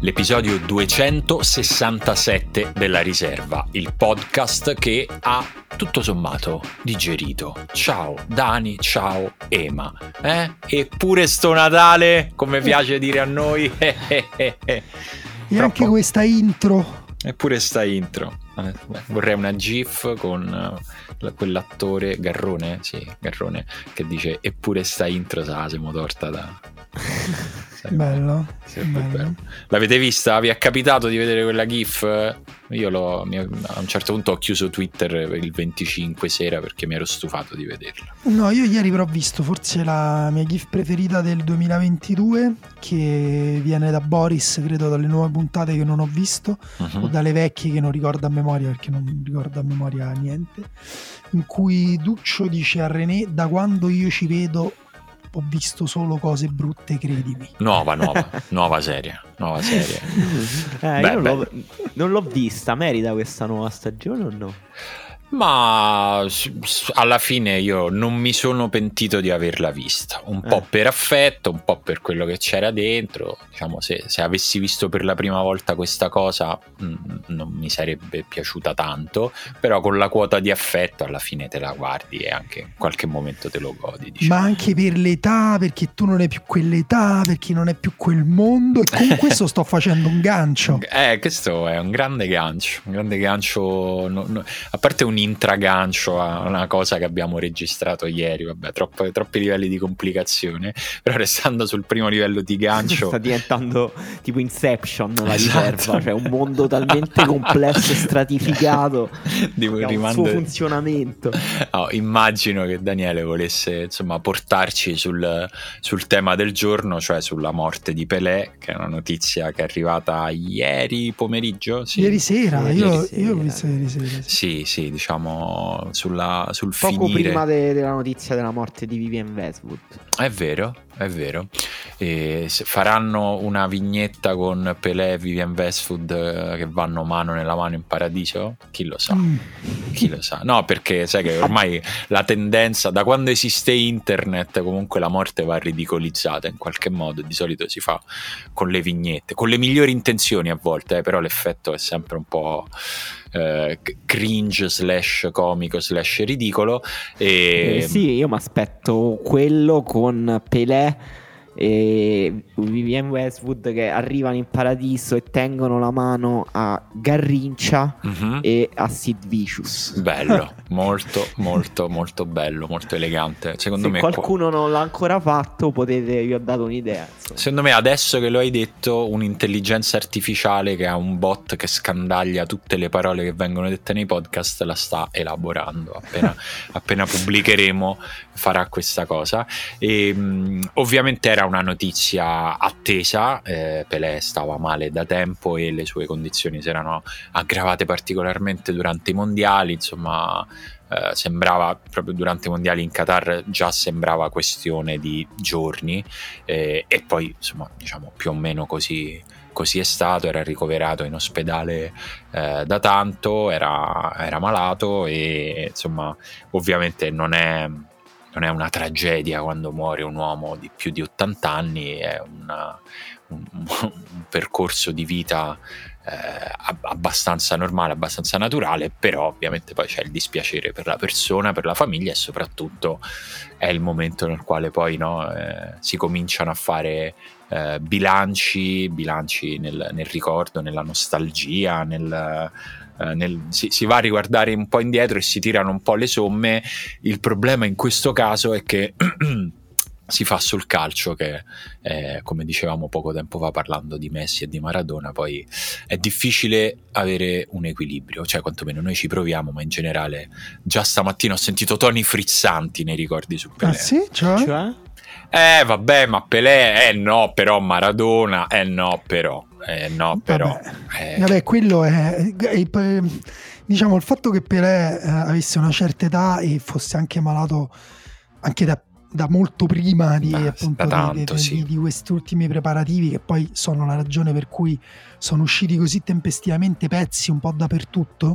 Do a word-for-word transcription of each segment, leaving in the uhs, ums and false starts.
l'episodio duecentosessantasette della Riserva, il podcast che ha tutto sommato digerito. Ciao Dani, ciao Ema. Eh? Eppure sto Natale, come piace dire a noi. E anche questa intro. Eppure sta intro. Eh, beh, vorrei una gif con uh, quell'attore Garrone, sì, Garrone, che dice eppure sta intro, sa, siamo torta da... Bello, bello. bello. L'avete vista? Vi è capitato di vedere quella gif? Io l'ho, a un certo punto ho chiuso Twitter il venticinque sera perché mi ero stufato di vederla. No, io ieri però ho visto forse la mia gif preferita del duemilaventidue, che viene da Boris, credo, dalle nuove puntate che non ho visto, uh-huh. o dalle vecchie che non ricordo a memoria, perché non ricordo a memoria niente, in cui Duccio dice a René: da quando io ci vedo ho visto solo cose brutte, credimi. Nuova, nuova, nuova serie, nuova serie. Eh, beh, io non, l'ho, non l'ho vista, merita questa nuova stagione o no? Ma alla fine io non mi sono pentito di averla vista, un po' eh. per affetto, un po' per quello che c'era dentro. Diciamo, se, se avessi visto per la prima volta questa cosa mh, non mi sarebbe piaciuta tanto, però con la quota di affetto alla fine te la guardi e anche in qualche momento te lo godi, diciamo. Ma anche per l'età, perché tu non hai più quell'età, perché non è più quel mondo, e con questo sto facendo un gancio. Eh, questo è un grande gancio, un grande gancio, no, no, a parte un intragancio a una cosa che abbiamo registrato ieri, vabbè, troppo, troppi livelli di complicazione, però restando sul primo livello di gancio sta diventando tipo Inception la riserva, esatto. Cioè un mondo talmente complesso e stratificato che ha un suo funzionamento. Oh, immagino che Daniele volesse insomma portarci sul, sul tema del giorno, cioè sulla morte di Pelé, che è una notizia che è arrivata ieri pomeriggio, sì. ieri sera, sì, io, ieri sera. io ho visto ieri sera, sì, sì, sì diciamo sulla, sul poco finire. prima de- della notizia della morte di Vivienne Westwood. È vero, è vero. E faranno una vignetta con Pelé e Vivienne Westwood eh, che vanno mano nella mano in paradiso? Chi lo sa? Mm. Chi lo sa? No, perché sai che ormai la tendenza, da quando esiste internet, comunque la morte va ridicolizzata in qualche modo. Di solito si fa con le vignette, con le migliori intenzioni a volte, eh, però l'effetto è sempre un po' eh, cringe slash comico slash ridicolo. E... Eh, sì, io mi aspetto quello con Pelé e Vivienne Westwood che arrivano in paradiso e tengono la mano a Garrincia uh-huh. e a Sid Vicious. Bello, molto molto molto bello, molto elegante. Secondo Se me qualcuno qua... non l'ha ancora fatto, potete, vi ho dato un'idea, insomma. Secondo me adesso che lo hai detto, un'intelligenza artificiale che ha un bot che scandaglia tutte le parole che vengono dette nei podcast la sta elaborando. Appena, appena pubblicheremo farà questa cosa. E mh, ovviamente era una notizia attesa, eh, Pelé stava male da tempo e le sue condizioni si erano aggravate particolarmente durante i mondiali, insomma eh, sembrava proprio durante i mondiali in Qatar già sembrava questione di giorni eh, e poi insomma diciamo più o meno così così è stato. Era ricoverato in ospedale eh, da tanto, era, era malato e insomma ovviamente non è non è una tragedia quando muore un uomo di più di ottanta anni, è una, un, un percorso di vita eh, abbastanza normale, abbastanza naturale, però ovviamente poi c'è il dispiacere per la persona, per la famiglia e soprattutto è il momento nel quale poi no, eh, si cominciano a fare eh, bilanci, bilanci nel, nel ricordo, nella nostalgia, nel... Nel, si, si va a riguardare un po' indietro e si tirano un po' le somme. Il problema in questo caso è che si fa sul calcio che eh, come dicevamo poco tempo fa parlando di Messi e di Maradona, poi è difficile avere un equilibrio, cioè quantomeno noi ci proviamo, ma in generale già stamattina ho sentito toni frizzanti nei ricordi su Pelé. Ah sì? Cioè? cioè? Eh vabbè, ma Pelé, eh no però Maradona, eh no però eh no però vabbè, eh. vabbè quello è, è, è diciamo il fatto che Pelé eh, avesse una certa età e fosse anche malato anche da, da molto prima di, Beh, appunto, tanto, di, sì. di, di questi ultimi preparativi, che poi sono la ragione per cui sono usciti così tempestivamente pezzi un po' dappertutto,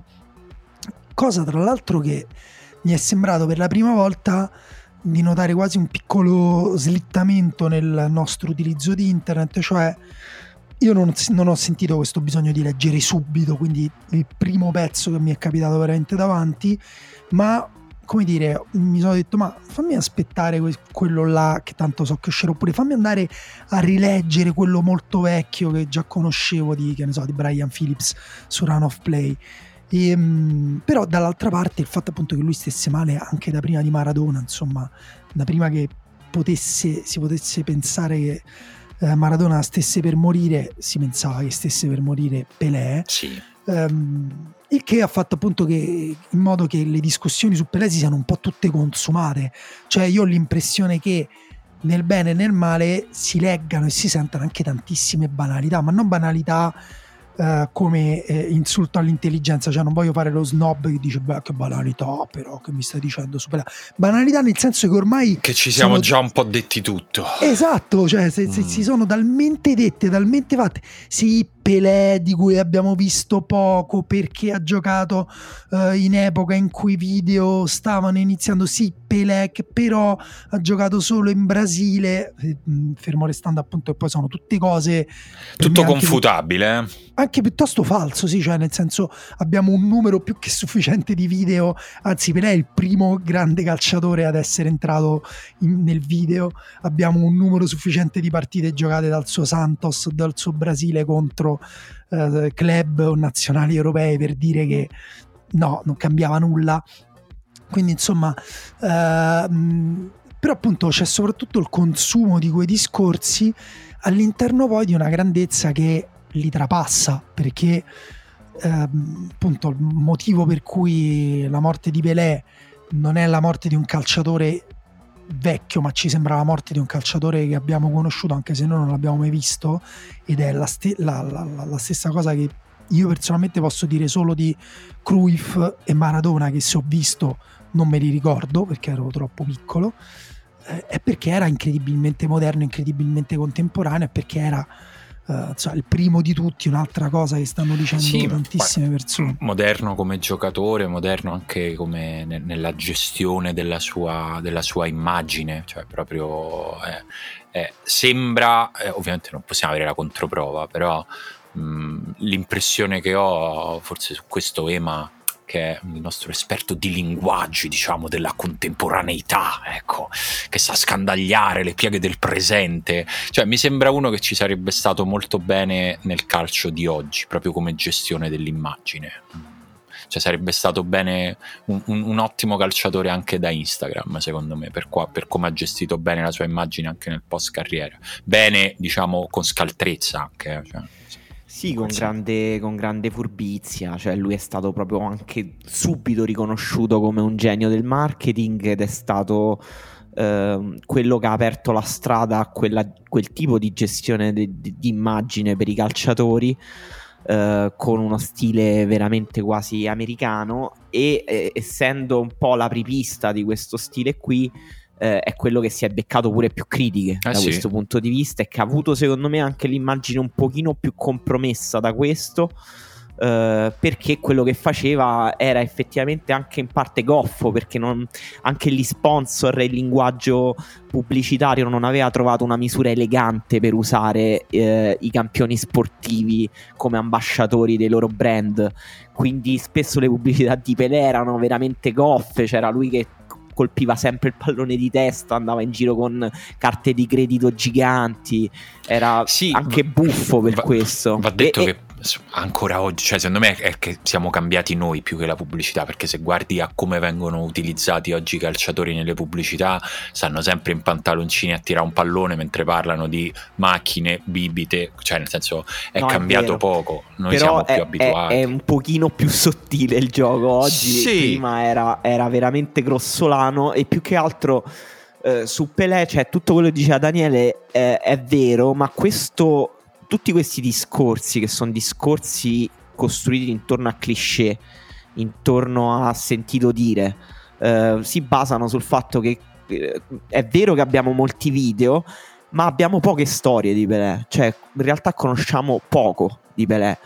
cosa tra l'altro che mi è sembrato per la prima volta di notare quasi un piccolo slittamento nel nostro utilizzo di internet, cioè io non, non ho sentito questo bisogno di leggere subito, quindi il primo pezzo che mi è capitato veramente davanti, ma come dire, mi sono detto ma fammi aspettare que- quello là che tanto so che uscirà, oppure fammi andare a rileggere quello molto vecchio che già conoscevo di, che ne so, di Brian Phillips su Run of Play. E, mh, però dall'altra parte il fatto appunto che lui stesse male anche da prima di Maradona, insomma da prima che potesse, si potesse pensare che eh, Maradona stesse per morire, si pensava che stesse per morire Pelé. Sì. Um, il che ha fatto appunto che in modo che le discussioni su Pelé si siano un po' tutte consumate, cioè io ho l'impressione che nel bene e nel male si leggano e si sentano anche tantissime banalità, ma non banalità Uh, come eh, insulto all'intelligenza, cioè non voglio fare lo snob che dice beh che banalità però che mi stai dicendo su Pelé, banalità nel senso che ormai che ci siamo sono... già un po' detti tutto, esatto, cioè se, se mm. si sono talmente dette, talmente fatte, sì, Pelé di cui abbiamo visto poco perché ha giocato uh, in epoca in cui i video stavano iniziando, sì, Pelé che però ha giocato solo in Brasile, fermo restando appunto che poi sono tutte cose tutto confutabile, anche, anche piuttosto falso, sì, cioè nel senso abbiamo un numero più che sufficiente di video, anzi Pelé è il primo grande calciatore ad essere entrato in, nel video, abbiamo un numero sufficiente di partite giocate dal suo Santos, dal suo Brasile contro Uh, club o nazionali europei, per dire che no, non cambiava nulla. Quindi insomma uh, mh, però appunto c'è soprattutto il consumo di quei discorsi all'interno poi di una grandezza che li trapassa, perché uh, appunto il motivo per cui la morte di Pelé non è la morte di un calciatore vecchio, ma ci sembra la morte di un calciatore che abbiamo conosciuto anche se noi non l'abbiamo mai visto, ed è la, st- la, la, la stessa cosa che io personalmente posso dire solo di Cruyff e Maradona, che se ho visto non me li ricordo perché ero troppo piccolo, eh, è perché era incredibilmente moderno, incredibilmente contemporaneo, e perché era Uh, cioè, il primo di tutti, un'altra cosa che stanno dicendo sì, tantissime persone. Moderno come giocatore, moderno anche come ne- nella gestione della sua, della sua immagine, cioè proprio eh, eh, sembra, eh, ovviamente non possiamo avere la controprova, però mh, l'impressione che ho, forse su questo Ema, che è il nostro esperto di linguaggi, diciamo, della contemporaneità, ecco, che sa scandagliare le piaghe del presente, cioè mi sembra uno che ci sarebbe stato molto bene nel calcio di oggi, proprio come gestione dell'immagine, cioè sarebbe stato bene un, un, un ottimo calciatore anche da Instagram, secondo me, per, qua, per come ha gestito bene la sua immagine anche nel post carriera, bene, diciamo, con scaltrezza anche, cioè. Sì, con grande, con grande furbizia, cioè lui è stato proprio anche subito riconosciuto come un genio del marketing, ed è stato eh, quello che ha aperto la strada a quella, quel tipo di gestione di, di, di immagine per i calciatori, eh, con uno stile veramente quasi americano, e eh, essendo un po' l'apripista di questo stile qui, Eh, è quello che si è beccato pure più critiche eh da sì. questo punto di vista, e che ha avuto secondo me anche l'immagine un pochino più compromessa da questo, eh, perché quello che faceva era effettivamente anche in parte goffo, perché non, anche gli sponsor e il linguaggio pubblicitario non aveva trovato una misura elegante per usare eh, i campioni sportivi come ambasciatori dei loro brand, quindi spesso le pubblicità di Pelé erano veramente goffe, c'era lui che colpiva sempre il pallone di testa, andava in giro con carte di credito giganti, era sì, anche buffo per va, questo. Va detto e, che ancora oggi, cioè secondo me è che siamo cambiati noi più che la pubblicità, perché se guardi a come vengono utilizzati oggi i calciatori nelle pubblicità, stanno sempre in pantaloncini a tirare un pallone mentre parlano di macchine, bibite, cioè nel senso è no, cambiato è poco, noi però siamo è, più abituati. È, è un pochino più sottile il gioco oggi, sì. Prima era, era veramente grossolano, e più che altro eh, su Pelé, cioè tutto quello che diceva Daniele eh, è vero, ma questo tutti questi discorsi, che sono discorsi costruiti intorno a cliché, intorno a sentito dire, eh, si basano sul fatto che eh, è vero che abbiamo molti video, ma abbiamo poche storie di Pelé, cioè in realtà conosciamo poco di Pelé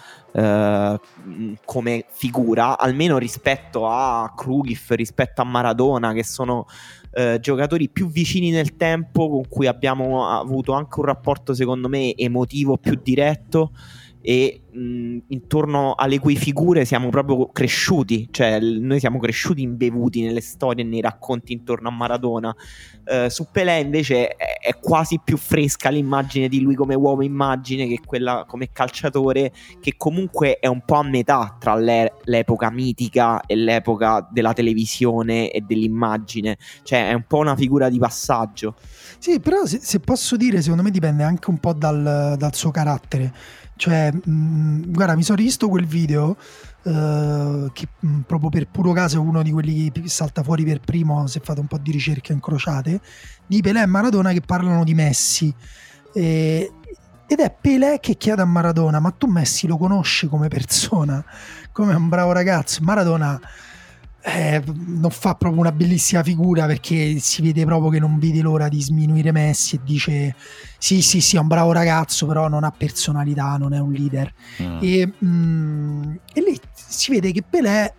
eh, come figura, almeno rispetto a Cruyff, rispetto a Maradona, che sono eh, giocatori più vicini nel tempo, con cui abbiamo avuto anche un rapporto secondo me emotivo più diretto, e mh, intorno alle cui figure siamo proprio cresciuti, cioè l- noi siamo cresciuti imbevuti nelle storie e nei racconti intorno a Maradona. Uh, su Pelé invece è, è quasi più fresca l'immagine di lui come uomo immagine che quella come calciatore, che comunque è un po' a metà tra l'e- l'epoca mitica e l'epoca della televisione e dell'immagine, cioè è un po' una figura di passaggio. Sì, però se, se posso dire, secondo me dipende anche un po' dal, dal suo carattere. Cioè, mh, guarda, mi sono rivisto quel video uh, che mh, proprio per puro caso è uno di quelli che salta fuori per primo, se fate un po' di ricerche incrociate, di Pelé e Maradona che parlano di Messi. E, ed è Pelé che chiede a Maradona: ma tu Messi lo conosci come persona? Come un bravo ragazzo? Maradona Eh, non fa proprio una bellissima figura, perché si vede proprio che non vede l'ora di sminuire Messi e dice sì sì sì è un bravo ragazzo, però non ha personalità, non è un leader. mm. E, mm, e lì si vede che Pelé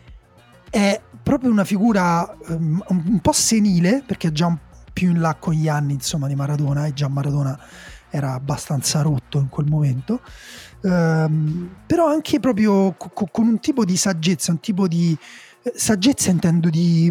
è proprio una figura um, un po' senile, perché è già un più in là con gli anni insomma di Maradona, e già Maradona era abbastanza rotto in quel momento, um, però anche proprio co- con un tipo di saggezza, un tipo di saggezza, intendo di,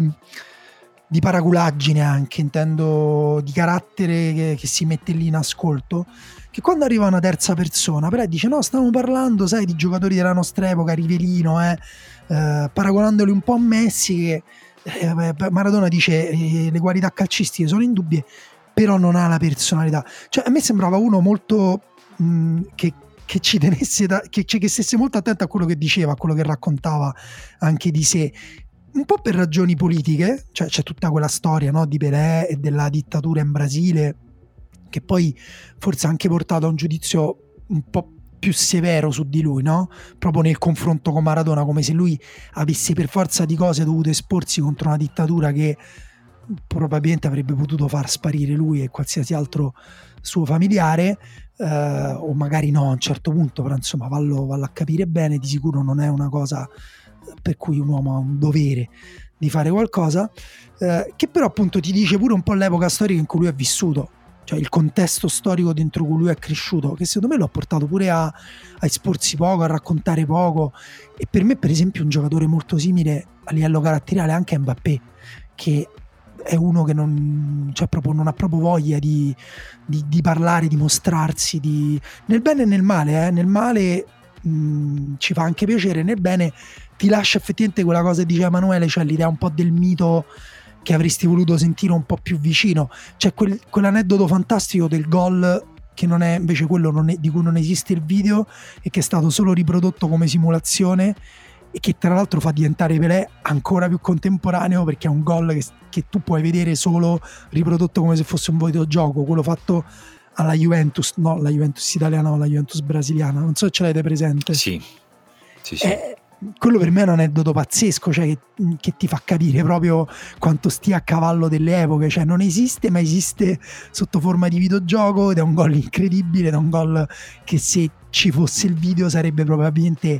di paraculaggine, anche intendo di carattere che, che si mette lì in ascolto, che quando arriva una terza persona però dice no, stiamo parlando sai di giocatori della nostra epoca, Rivelino, eh, eh, paragonandoli un po' a Messi, che eh, Maradona dice eh, le qualità calcistiche sono indubbie, però non ha la personalità. Cioè a me sembrava uno molto mh, che che ci tenesse da, che, che stesse molto attento a quello che diceva, a quello che raccontava anche di sé, un po' per ragioni politiche. Cioè c'è tutta quella storia, no, di Pelé e della dittatura in Brasile, che poi forse ha anche portato a un giudizio un po' più severo su di lui, no? Proprio nel confronto con Maradona, come se lui avesse per forza di cose dovuto esporsi contro una dittatura che probabilmente avrebbe potuto far sparire lui e qualsiasi altro suo familiare, eh, o magari no a un certo punto, però insomma vallo, vallo a capire bene. Di sicuro non è una cosa per cui un uomo ha un dovere di fare qualcosa, eh, che però appunto ti dice pure un po' l'epoca storica in cui lui è vissuto, cioè il contesto storico dentro cui lui è cresciuto, che secondo me lo ha portato pure a, a esporsi poco, a raccontare poco. E per me per esempio un giocatore molto simile a livello caratteriale anche a Mbappé, che è uno che non, cioè proprio non ha proprio voglia di, di, di parlare, di mostrarsi, di, nel bene e nel male, eh? Nel male mh, ci fa anche piacere, nel bene ti lascia effettivamente quella cosa che diceva Emanuele, cioè l'idea un po' del mito che avresti voluto sentire un po' più vicino. C'è quel, quell'aneddoto fantastico del gol che non è invece quello non è, di cui non esiste il video, e che è stato solo riprodotto come simulazione, e che tra l'altro fa diventare Pelé ancora più contemporaneo, perché è un gol che, che tu puoi vedere solo riprodotto come se fosse un videogioco, quello fatto alla Juventus, no, la Juventus italiana o la Juventus brasiliana, non so se ce l'avete presente. Sì, sì, sì. È, quello per me è un aneddoto pazzesco, cioè che, che ti fa capire proprio quanto stia a cavallo delle epoche. Cioè non esiste, ma esiste sotto forma di videogioco, ed è un gol incredibile, ed è un gol che se ci fosse il video sarebbe probabilmente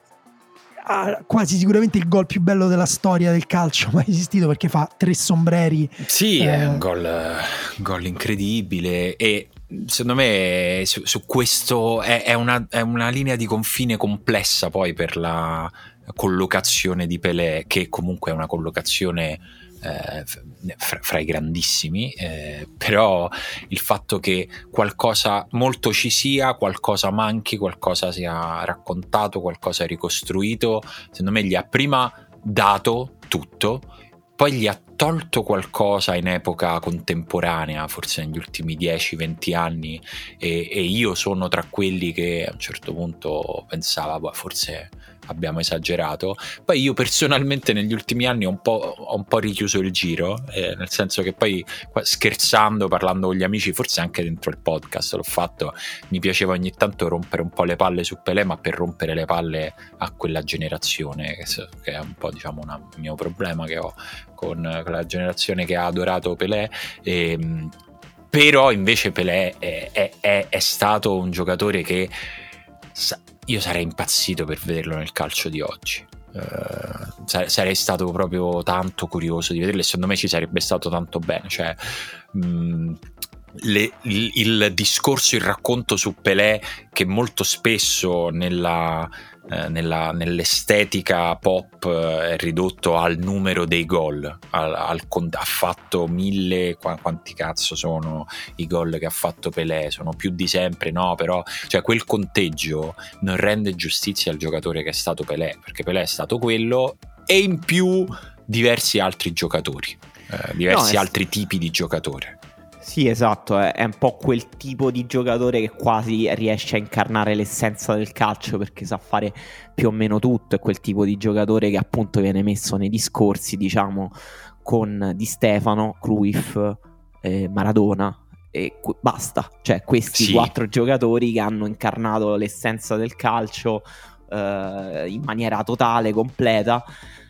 ah, quasi sicuramente il gol più bello della storia del calcio mai esistito, perché fa tre sombreri. Sì, eh, è un gol, un gol incredibile, e secondo me su, su questo è, è, una, è una linea di confine complessa poi per la collocazione di Pelé, che comunque è una collocazione eh, fra, fra i grandissimi, eh, però il fatto che qualcosa molto ci sia, qualcosa manchi, qualcosa sia raccontato, qualcosa ricostruito, secondo me gli ha prima dato tutto, poi gli ha tolto qualcosa in epoca contemporanea, forse negli ultimi dieci venti anni, e, e io sono tra quelli che a un certo punto pensava, boh, forse abbiamo esagerato. Poi io personalmente negli ultimi anni ho un po', ho un po' richiuso il giro, eh, nel senso che poi scherzando, parlando con gli amici, forse anche dentro il podcast l'ho fatto, mi piaceva ogni tanto rompere un po' le palle su Pelé, ma per rompere le palle a quella generazione, che, che è un po', diciamo, un mio problema che ho con la generazione che ha adorato Pelé. E, però invece Pelé è, è, è, è stato un giocatore che io sarei impazzito per vederlo nel calcio di oggi. uh, sarei stato proprio tanto curioso di vederlo, e secondo me ci sarebbe stato tanto bene. Cioè mh, Le, il, il discorso, il racconto su Pelé, che molto spesso nella, eh, nella, nell'estetica pop eh, è ridotto al numero dei gol, al, al, ha fatto mille, quanti cazzo sono i gol che ha fatto Pelé, sono più di sempre, no, però cioè quel conteggio non rende giustizia al giocatore che è stato Pelé, perché Pelé è stato quello e in più diversi altri giocatori, eh, diversi no, altri tipi di giocatore. Sì, esatto, è, è un po' quel tipo di giocatore che quasi riesce a incarnare l'essenza del calcio, perché sa fare più o meno tutto. È quel tipo di giocatore che appunto viene messo nei discorsi, diciamo, con Di Stefano, Cruyff, eh, Maradona e qu- basta. Cioè questi sì. quattro giocatori che hanno incarnato l'essenza del calcio eh, in maniera totale, completa.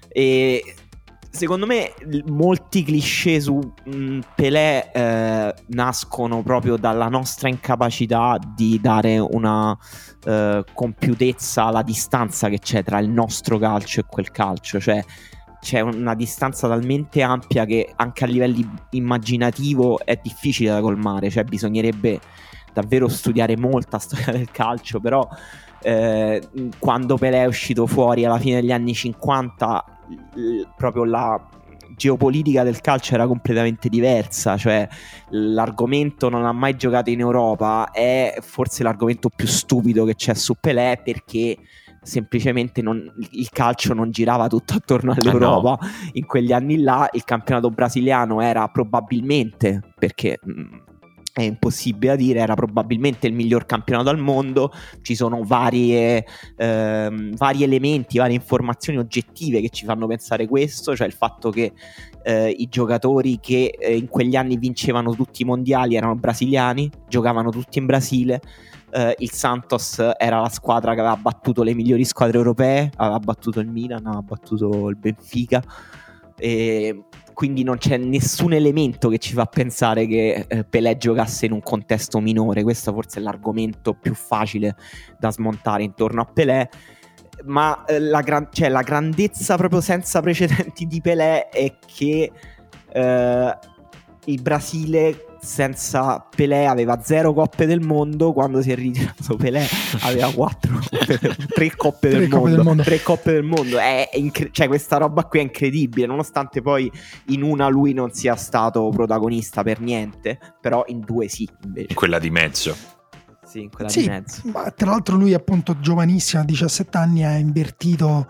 E secondo me molti cliché su mh, Pelé eh, nascono proprio dalla nostra incapacità di dare una eh, compiutezza alla distanza che c'è tra il nostro calcio e quel calcio. Cioè c'è una distanza talmente ampia che anche a livello immaginativo è difficile da colmare. Cioè bisognerebbe davvero studiare molta storia del calcio, però eh, quando Pelé è uscito fuori alla fine degli anni cinquanta, proprio la geopolitica del calcio era completamente diversa. Cioè l'argomento non ha mai giocato in Europa è forse l'argomento più stupido che c'è su Pelé, perché semplicemente non, il calcio non girava tutto attorno all'Europa. Ah, no. In quegli anni là il campionato brasiliano era probabilmente, perché mh, è impossibile da dire, era probabilmente il miglior campionato al mondo. Ci sono varie, ehm, vari elementi, varie informazioni oggettive che ci fanno pensare questo, cioè il fatto che eh, i giocatori che eh, in quegli anni vincevano tutti i mondiali erano brasiliani, giocavano tutti in Brasile. Uh, il Santos era la squadra che aveva battuto le migliori squadre europee, aveva battuto il Milan, aveva battuto il Benfica, e quindi non c'è nessun elemento che ci fa pensare che eh, Pelé giocasse in un contesto minore. Questo forse è l'argomento più facile da smontare intorno a Pelé. Ma eh, la, gran- cioè, la grandezza proprio senza precedenti di Pelé è che eh, il Brasile senza Pelé aveva zero coppe del mondo. Quando si è ritirato Pelé aveva quattro tre coppe del, tre mondo, coppe del mondo tre coppe del mondo. È incre- cioè questa roba qui è incredibile, nonostante poi in una lui non sia stato protagonista per niente, però in due sì, invece. Quella di mezzo. Sì, in quella sì, di mezzo. Ma tra l'altro lui appunto giovanissimo, a diciassette anni, ha invertito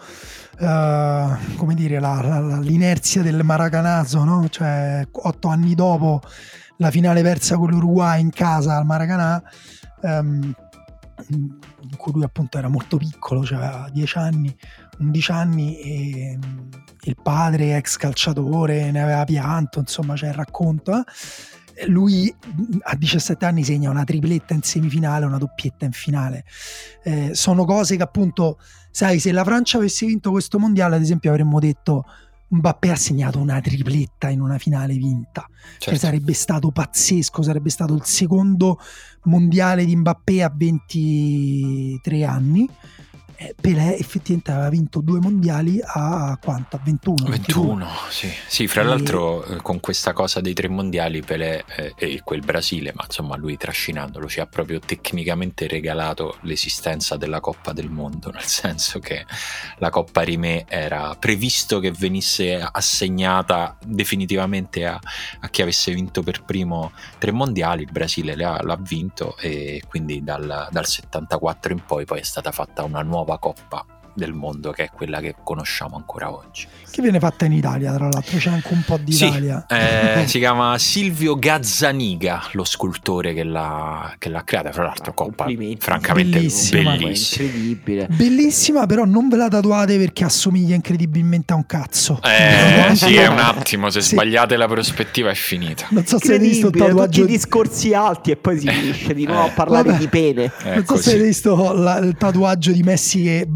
uh, come dire la, la, la, l'inerzia del Maracanazo, no? Cioè otto anni dopo la finale persa con l'Uruguay in casa al Maracanã, um, in cui lui appunto era molto piccolo, cioè aveva dieci anni, undici anni, e um, il padre, ex calciatore, ne aveva pianto, insomma c'è il racconto. Eh? Lui a diciassette anni segna una tripletta in semifinale, una doppietta in finale. Eh, sono cose che appunto, sai, se la Francia avesse vinto questo mondiale, ad esempio, avremmo detto Mbappé ha segnato una tripletta in una finale vinta. Certo. Cioè sarebbe stato pazzesco, sarebbe stato il secondo mondiale di Mbappé a ventitré anni. Pelé effettivamente aveva vinto due mondiali a quanto? A ventuno. ventuno, sì. Sì, fra e... l'altro con questa cosa dei tre mondiali Pelé eh, e quel Brasile, ma insomma lui trascinandolo ci ha proprio tecnicamente regalato l'esistenza della Coppa del Mondo, nel senso che la Coppa Rimè era previsto che venisse assegnata definitivamente a, a chi avesse vinto per primo tre mondiali. Il Brasile l'ha, l'ha vinto, e quindi dal, dal settantaquattro in poi poi è stata fatta una nuova Coppa del Mondo, che è quella che conosciamo ancora oggi, che viene fatta in Italia, tra l'altro c'è anche un po' di sì, Italia. eh, si chiama Silvio Gazzaniga, lo scultore che l'ha, che l'ha creata. Fra l'altro Coppa francamente bellissima, bellissima, incredibile, bellissima, però non ve la tatuate perché assomiglia incredibilmente a un cazzo. Eh, sì, è un attimo, se sì. sbagliate la prospettiva è finita. Non so se avete visto il tatuaggio, tutti i discorsi alti e poi si finisce di nuovo eh. a parlare Vabbè. di pene. Eh, non so così. Se avete visto la, il tatuaggio di Messi che bacia la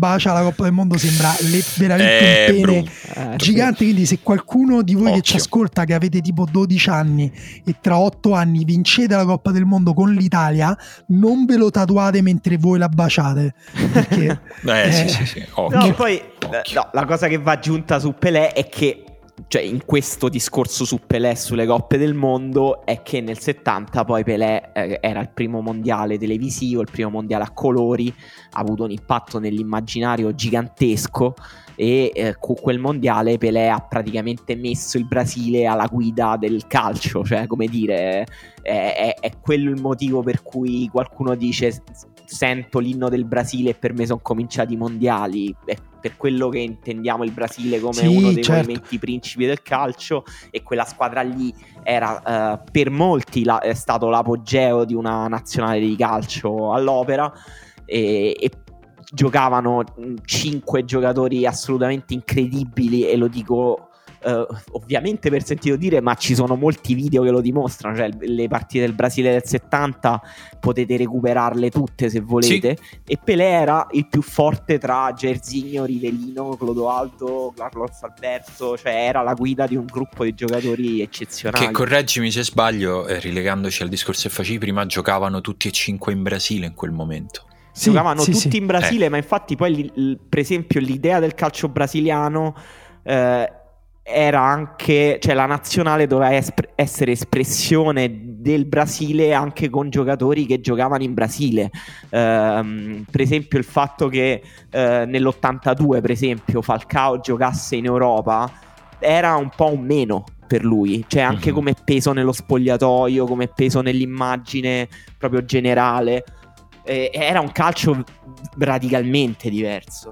Coppa del Mondo sembra le, veramente eh, un pene eh, gigante, quindi se qualcuno di voi Occhio. che ci ascolta che avete tipo dodici anni e tra otto anni vincete la Coppa del Mondo con l'Italia, non ve lo tatuate mentre voi la baciate, perché eh, eh, sì, sì, sì. Occhio. No, poi Occhio. no, la cosa che va aggiunta su Pelé è che, cioè, in questo discorso su Pelé sulle coppe del mondo, è che nel settanta poi Pelé eh, era il primo mondiale televisivo, il primo mondiale a colori, ha avuto un impatto nell'immaginario gigantesco e eh, con quel mondiale Pelé ha praticamente messo il Brasile alla guida del calcio, cioè come dire, è, è, è quello il motivo per cui qualcuno dice sento l'inno del Brasile e per me sono cominciati i mondiali, è per quello che intendiamo il Brasile come sì, uno dei certo. movimenti principi del calcio, e quella squadra lì era uh, per molti la, è stato l'apogeo di una nazionale di calcio all'opera, e, e giocavano cinque giocatori assolutamente incredibili, e lo dico Uh, ovviamente per sentito dire, ma ci sono molti video che lo dimostrano, cioè le partite del Brasile del settanta potete recuperarle tutte se volete, sì. E Pelé era il più forte tra Jairzinho, Rivelino, Clodoaldo, Carlos Alberto, cioè era la guida di un gruppo di giocatori eccezionali. Che, correggimi se sbaglio, eh, rilegandoci al discorso che facevi prima, giocavano tutti e cinque in Brasile in quel momento. Sì, giocavano sì, tutti sì. in Brasile, eh. ma infatti poi l- per esempio l'idea del calcio brasiliano eh, era anche, cioè la nazionale doveva espr- essere espressione del Brasile anche con giocatori che giocavano in Brasile. Ehm, per esempio il fatto che eh, nell'ottantadue per esempio Falcao giocasse in Europa era un po' un meno per lui, cioè anche mm-hmm. come peso nello spogliatoio, come peso nell'immagine proprio generale, eh, era un calcio radicalmente diverso.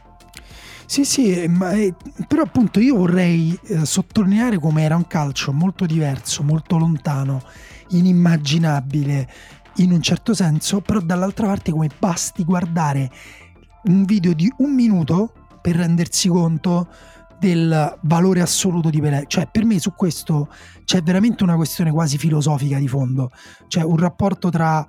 Sì, sì, ma, eh, però appunto io vorrei eh, sottolineare come era un calcio molto diverso, molto lontano, inimmaginabile in un certo senso, però dall'altra parte come basti guardare un video di un minuto per rendersi conto del valore assoluto di Pelé. Cioè per me su questo c'è veramente una questione quasi filosofica di fondo, cioè un rapporto tra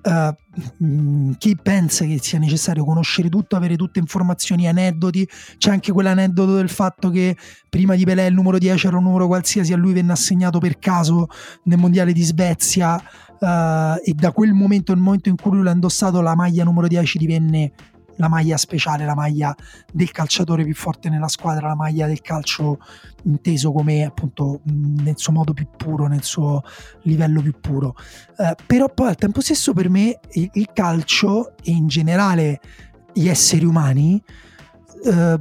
Uh, chi pensa che sia necessario conoscere tutto, avere tutte informazioni, aneddoti. C'è anche quell'aneddoto del fatto che prima di Pelé il numero dieci era un numero qualsiasi, a lui venne assegnato per caso nel mondiale di Svezia, uh, e da quel momento, il momento in cui lui l'ha indossato, la maglia numero dieci divenne la maglia speciale, la maglia del calciatore più forte nella squadra, la maglia del calcio inteso come appunto nel suo modo più puro, nel suo livello più puro. Uh, però poi al tempo stesso per me il, il calcio e in generale gli esseri umani uh,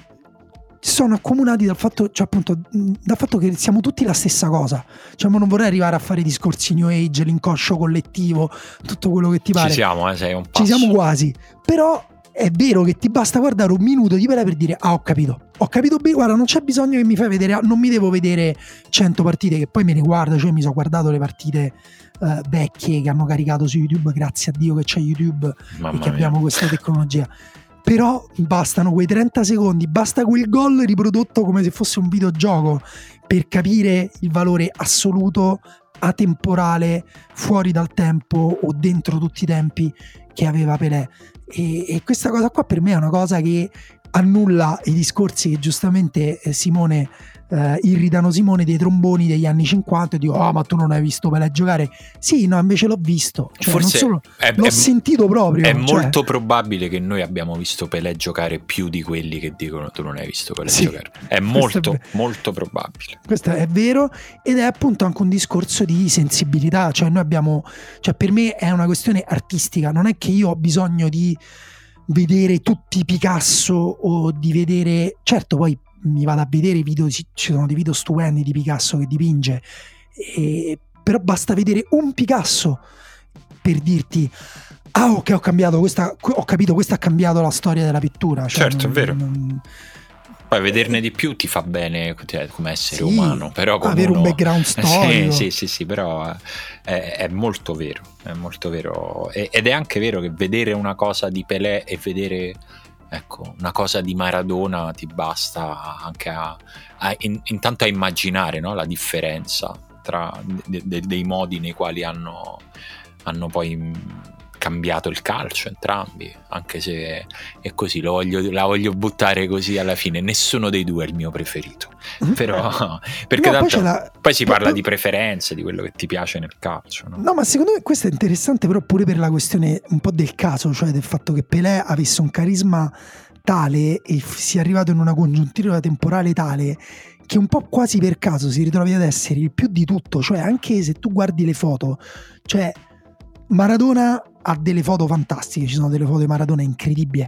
sono accomunati dal fatto, cioè appunto dal fatto che siamo tutti la stessa cosa. Cioè non vorrei arrivare a fare discorsi new age, l'inconscio collettivo, tutto quello che ti pare. Ci siamo, eh, sei un passo. Ci siamo quasi. Però è vero che ti basta guardare un minuto di Pelé per dire ah ho capito, ho capito bene, guarda non c'è bisogno che mi fai vedere, non mi devo vedere cento partite che poi me ne guardo, cioè mi sono guardato le partite uh, vecchie che hanno caricato su YouTube, grazie a Dio che c'è YouTube. Mamma e che mia. Abbiamo questa tecnologia. Però bastano quei trenta secondi, basta quel gol riprodotto come se fosse un videogioco per capire il valore assoluto, atemporale, fuori dal tempo o dentro tutti i tempi che aveva Pelé. E, e questa cosa qua per me è una cosa che annulla i discorsi che giustamente eh, Simone eh, irritano Simone dei tromboni degli anni cinquanta e dico oh ma tu non hai visto Pelé giocare. Sì, no, invece l'ho visto, cioè, forse non solo, è, l'ho è, sentito proprio. È cioè. molto probabile che noi abbiamo visto Pelé giocare più di quelli che dicono tu non hai visto Pelé sì, giocare. È molto è molto probabile. Questo è vero, ed è appunto anche un discorso di sensibilità, cioè noi abbiamo, cioè per me è una questione artistica, non è che io ho bisogno di vedere tutti Picasso o di vedere, certo poi mi vado a vedere i video, ci sono dei video stupendi di Picasso che dipinge, e, però basta vedere un Picasso per dirti ah ok ho cambiato questa, ho capito questa ha cambiato la storia della pittura, cioè, certo non, è vero non, poi vederne di più ti fa bene come essere sì, umano, però come avere uno... un background storico sì, sì sì sì però è, è molto vero, è molto vero, ed è anche vero che vedere una cosa di Pelé e vedere ecco una cosa di Maradona ti basta anche a, a in, intanto a immaginare, no, la differenza tra de, de, dei modi nei quali hanno hanno poi cambiato il calcio entrambi, anche se è così, lo voglio, la voglio buttare così alla fine, nessuno dei due è il mio preferito, però perché no, tanto, poi, la... poi si parla poi... di preferenze, di quello che ti piace nel calcio, no? No, ma secondo me questo è interessante però pure per la questione un po' del caso, cioè del fatto che Pelé avesse un carisma tale e sia arrivato in una congiuntura temporale tale che un po' quasi per caso si ritrovi ad essere il più di tutto, cioè anche se tu guardi le foto, cioè Maradona ha delle foto fantastiche, ci sono delle foto di Maradona incredibili,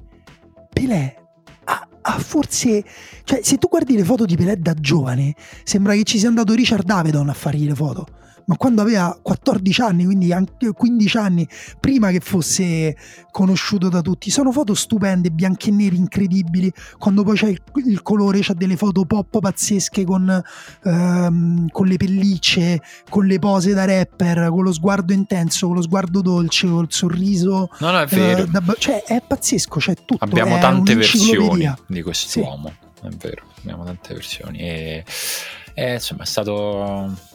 Pelé ha, ha forse, cioè se tu guardi le foto di Pelé da giovane sembra che ci sia andato Richard Avedon a fargli le foto, ma quando aveva quattordici anni, quindi anche quindici anni prima che fosse conosciuto da tutti. Sono foto stupende, bianche e nere, incredibili, quando poi c'è il, il colore, c'ha delle foto pop pazzesche con, ehm, con le pellicce, con le pose da rapper, con lo sguardo intenso, con lo sguardo dolce, col sorriso. No, no, è vero. Eh, da, cioè è pazzesco, c'è tutto. Abbiamo è tante versioni di quest'uomo, sì. È vero, abbiamo tante versioni e, e insomma è stato...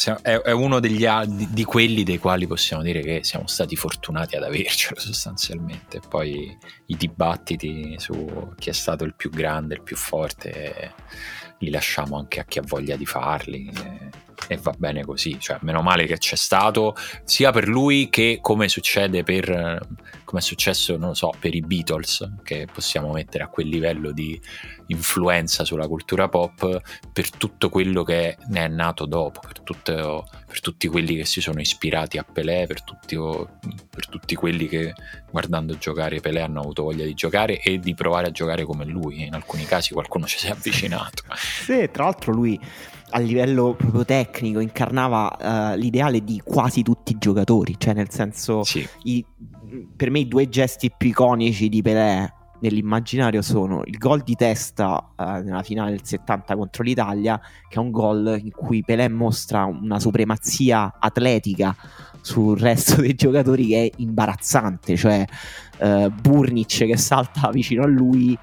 è uno degli di, di quelli dei quali possiamo dire che siamo stati fortunati ad avercelo sostanzialmente. Poi i dibattiti su chi è stato il più grande, il più forte, li lasciamo anche a chi ha voglia di farli e, e va bene così, cioè meno male che c'è stato sia per lui che come succede per come è successo, non lo so, per i Beatles, che possiamo mettere a quel livello di influenza sulla cultura pop, per tutto quello che ne è nato dopo, per, tutto, per tutti quelli che si sono ispirati a Pelé, per tutti, per tutti quelli che guardando giocare Pelé hanno avuto voglia di giocare e di provare a giocare come lui. In alcuni casi qualcuno ci si è avvicinato. Sì, tra l'altro lui a livello proprio tecnico incarnava uh, l'ideale di quasi tutti i giocatori, cioè nel senso sì. i, per me i due gesti più iconici di Pelé nell'immaginario sono il gol di testa uh, nella finale del settanta contro l'Italia, che è un gol in cui Pelé mostra una supremazia atletica sul resto dei giocatori che è imbarazzante, cioè uh, Burnic che salta vicino a lui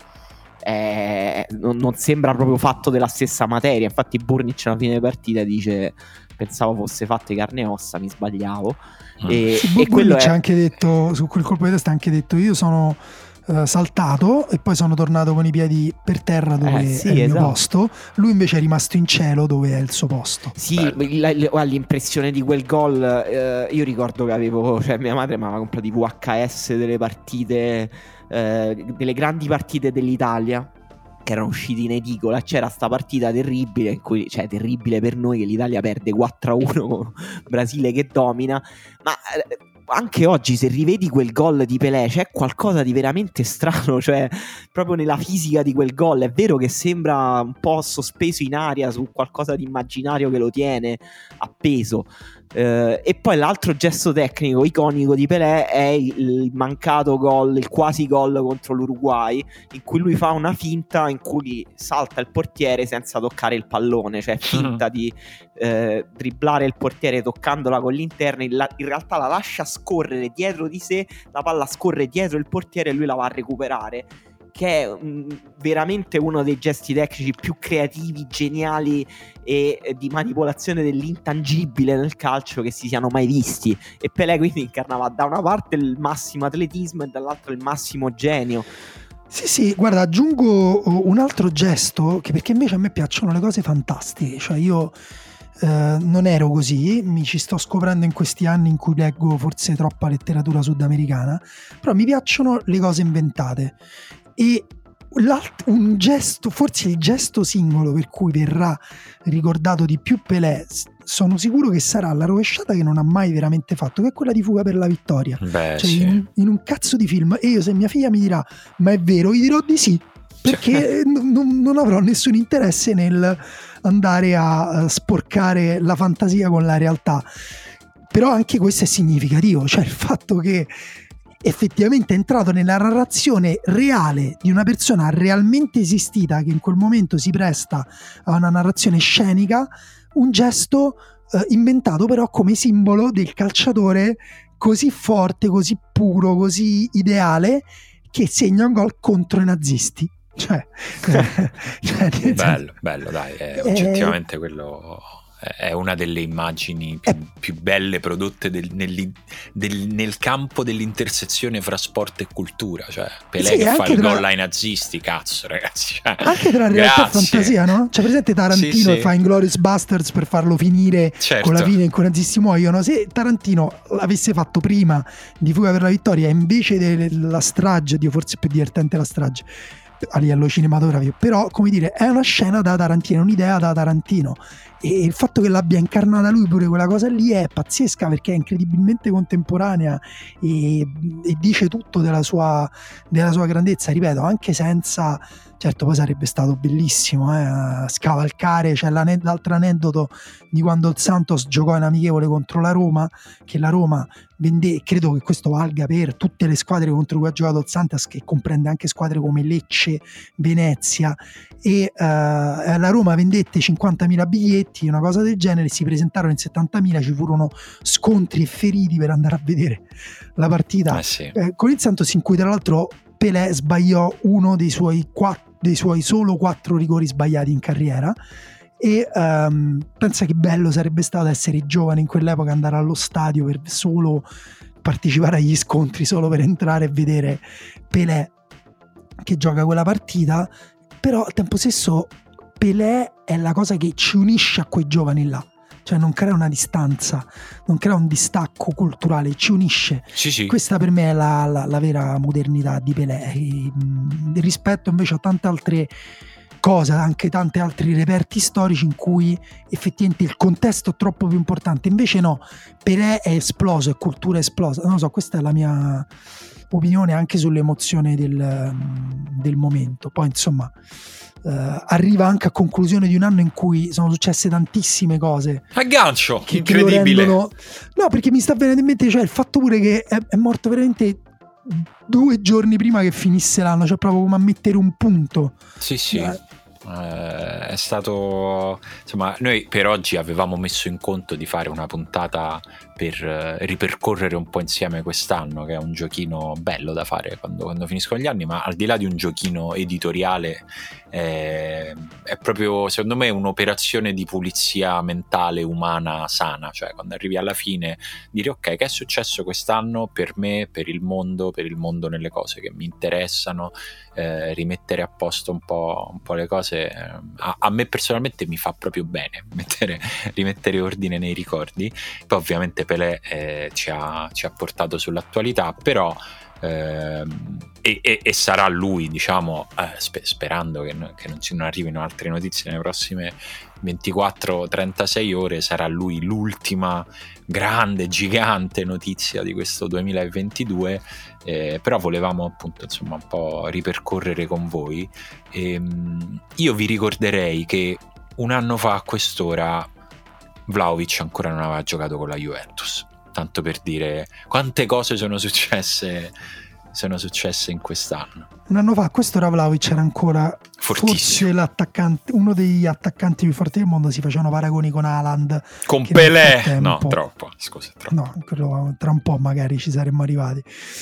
eh, non, non sembra proprio fatto della stessa materia. Infatti Burnic alla fine della partita dice: pensavo fosse fatto di carne e ossa, mi sbagliavo. mm. e, sì, e quello c'è è... anche detto, su quel colpo di testa ha anche detto: io sono uh, saltato e poi sono tornato con i piedi per terra dove eh, sì, è il esatto. mio posto. Lui invece è rimasto in cielo dove è il suo posto. Sì, la, la, l'impressione di quel gol, eh, io ricordo che avevo, cioè mia madre mi aveva comprato i V H S delle partite, eh, delle grandi partite dell'Italia che erano usciti in edicola. C'era sta partita terribile in cui, cioè terribile per noi, che l'Italia perde quattro a uno con Brasile che domina, ma eh, anche oggi se rivedi quel gol di Pelé c'è qualcosa di veramente strano, cioè proprio nella fisica di quel gol. È vero che sembra un po' sospeso in aria su qualcosa di immaginario che lo tiene appeso, eh, e poi l'altro gesto tecnico iconico di Pelé è il mancato gol, il quasi gol contro l'Uruguay, in cui lui fa una finta in cui salta il portiere senza toccare il pallone, cioè finta di eh, dribblare il portiere toccandola con l'interno, in, la, in realtà la lascia scorrere dietro di sé, la palla scorre dietro il portiere e lui la va a recuperare, che è mh, veramente uno dei gesti tecnici più creativi, geniali e eh, di manipolazione dell'intangibile nel calcio che si siano mai visti. E Pelé quindi incarnava da una parte il massimo atletismo e dall'altra il massimo genio. Sì, sì, guarda, aggiungo un altro gesto, che perché invece a me piacciono le cose fantastiche, cioè io Uh, non ero così, mi ci sto scoprendo in questi anni in cui leggo forse troppa letteratura sudamericana, però mi piacciono le cose inventate e un gesto, forse il gesto singolo per cui verrà ricordato di più Pelé, sono sicuro che sarà la rovesciata che non ha mai veramente fatto, che è quella di Fuga per la vittoria. Beh, cioè sì. in, in un cazzo di film, e io se mia figlia mi dirà ma è vero, gli dirò di sì, perché n- non avrò nessun interesse nel andare a sporcare la fantasia con la realtà. Però anche questo è significativo, cioè il fatto che effettivamente è entrato nella narrazione reale di una persona realmente esistita, che in quel momento si presta a una narrazione scenica, un gesto eh, inventato però come simbolo del calciatore così forte, così puro, così ideale, che segna un gol contro i nazisti. Cioè, cioè bello, bello, dai, è oggettivamente quello è una delle immagini più, più belle prodotte del, nel, del, nel campo dell'intersezione fra sport e cultura, cioè Pelé sì, che fa il tra... gol ai nazisti, cazzo ragazzi, cioè, anche tra realtà e fantasia, no? Cioè presente Tarantino sì, sì. e fa Inglourious Basterds per farlo finire certo. con la fine in cui i nazisti muoiono. Se Tarantino l'avesse fatto prima di Fuga per la vittoria invece della strage, Dio forse è più divertente la strage a livello cinematografico, però come dire è una scena da Tarantino, un'idea da Tarantino, e il fatto che l'abbia incarnata lui pure quella cosa lì è pazzesca perché è incredibilmente contemporanea e, e dice tutto della sua, della sua grandezza, ripeto, anche senza, certo poi sarebbe stato bellissimo eh, scavalcare, c'è cioè l'altro aneddoto di quando il Santos giocò in amichevole contro la Roma, che la Roma vende, credo che questo valga per tutte le squadre contro cui ha giocato il Santos, che comprende anche squadre come Lecce, Venezia, e uh, la Roma vendette cinquantamila biglietti, una cosa del genere, si presentarono in settantamila, ci furono scontri e feriti per andare a vedere la partita eh sì. eh, con il Santos, in cui tra l'altro Pelé sbagliò uno dei suoi, quattro, dei suoi solo quattro rigori sbagliati in carriera. E um, pensa che bello sarebbe stato essere giovane in quell'epoca, andare allo stadio per solo partecipare agli scontri, solo per entrare e vedere Pelé che gioca quella partita. Però al tempo stesso Pelé è la cosa che ci unisce a quei giovani là, cioè non crea una distanza, non crea un distacco culturale, ci unisce. Sì, sì. Questa per me è la, la, la vera modernità di Pelé, e, rispetto invece a tante altre cose, anche tanti altri reperti storici in cui effettivamente il contesto è troppo più importante. Invece no, Pelé è esploso, è cultura esplosa, non lo so, questa è la mia opinione anche sull'emozione del, del momento. Poi insomma Uh, arriva anche a conclusione di un anno in cui sono successe tantissime cose. Aggancio, che, incredibile. Che rendono... No, perché mi sta venendo in mente, cioè il fatto pure che è, è morto veramente due giorni prima che finisse l'anno, cioè proprio come a mettere un punto. Sì, sì. Eh. Eh, è stato, insomma, noi per oggi avevamo messo in conto di fare una puntata per eh, ripercorrere un po' insieme quest'anno, che è un giochino bello da fare quando, quando finiscono gli anni, ma al di là di un giochino editoriale eh, è proprio, secondo me, un'operazione di pulizia mentale umana sana, cioè quando arrivi alla fine dire ok, che è successo quest'anno per me, per il mondo, per il mondo nelle cose che mi interessano, eh, rimettere a posto un po', un po' le cose. A, a me personalmente mi fa proprio bene mettere, rimettere ordine nei ricordi. Poi ovviamente Pelé eh, ci, ha, ci ha portato sull'attualità, però eh, e, e, e sarà lui, diciamo, eh, sper- sperando che, no, che non ci non arrivino altre notizie nelle prossime ventiquattro trentasei ore, sarà lui l'ultima grande, gigante notizia di questo duemilaventidue. Eh, però volevamo appunto insomma un po' ripercorrere con voi. E, io vi ricorderei che un anno fa a quest'ora Vlahovic ancora non aveva giocato con la Juventus, tanto per dire quante cose sono successe sono successe in quest'anno. Un anno fa a quest'ora Vlahovic era ancora forse l'attaccante, uno degli attaccanti più forti del mondo, si facevano paragoni con Haaland, con Pelé, no troppo, scusa troppo. No, quello, tra un po' magari ci saremmo arrivati.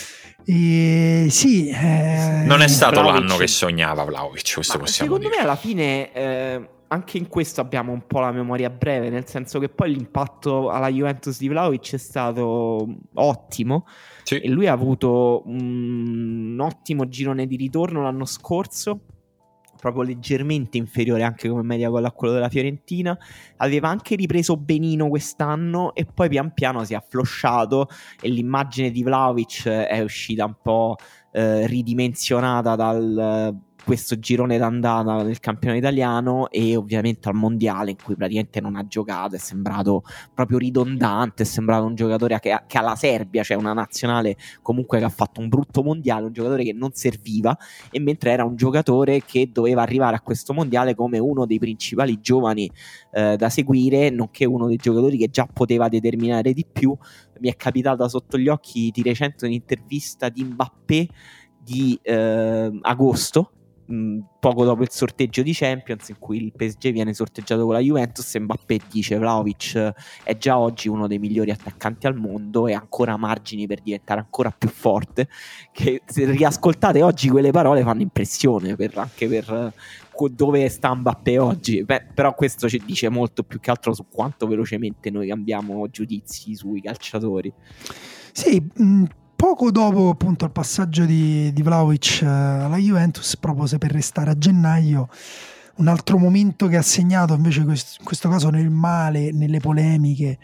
E sì, eh, non è stato Vlahovic. L'anno che sognava Vlahovic, questo Ma possiamo secondo dire. me alla fine eh, anche in questo abbiamo un po' la memoria breve, nel senso che poi l'impatto alla Juventus di Vlahovic è stato ottimo. Sì. E lui ha avuto un ottimo girone di ritorno l'anno scorso, proprio leggermente inferiore anche come media gol a quello della Fiorentina. Aveva anche ripreso benino quest'anno e poi pian piano si è afflosciato e l'immagine di Vlahovic è uscita un po' eh, ridimensionata dal questo girone d'andata del campionato italiano e ovviamente al mondiale, in cui praticamente non ha giocato. È sembrato proprio ridondante, è sembrato un giocatore che, che alla Serbia, cioè una nazionale comunque che ha fatto un brutto mondiale, un giocatore che non serviva, e mentre era un giocatore che doveva arrivare a questo mondiale come uno dei principali giovani eh, da seguire, nonché uno dei giocatori che già poteva determinare di più. Mi è capitata sotto gli occhi di recente un'intervista di Mbappé di eh, agosto, poco dopo il sorteggio di Champions, in cui il P S G viene sorteggiato con la Juventus, e Mbappé dice: Vlahovic è già oggi uno dei migliori attaccanti al mondo e ha ancora margini per diventare ancora più forte. Che se riascoltate oggi quelle parole fanno impressione, per, anche per dove sta Mbappé oggi. Beh, però questo ci dice molto più che altro su quanto velocemente noi cambiamo giudizi sui calciatori. Sì, mh, poco dopo appunto il passaggio di, di Vlahovic alla Juventus, proprio se per restare a gennaio, un altro momento che ha segnato invece questo, in questo caso nel male, nelle polemiche,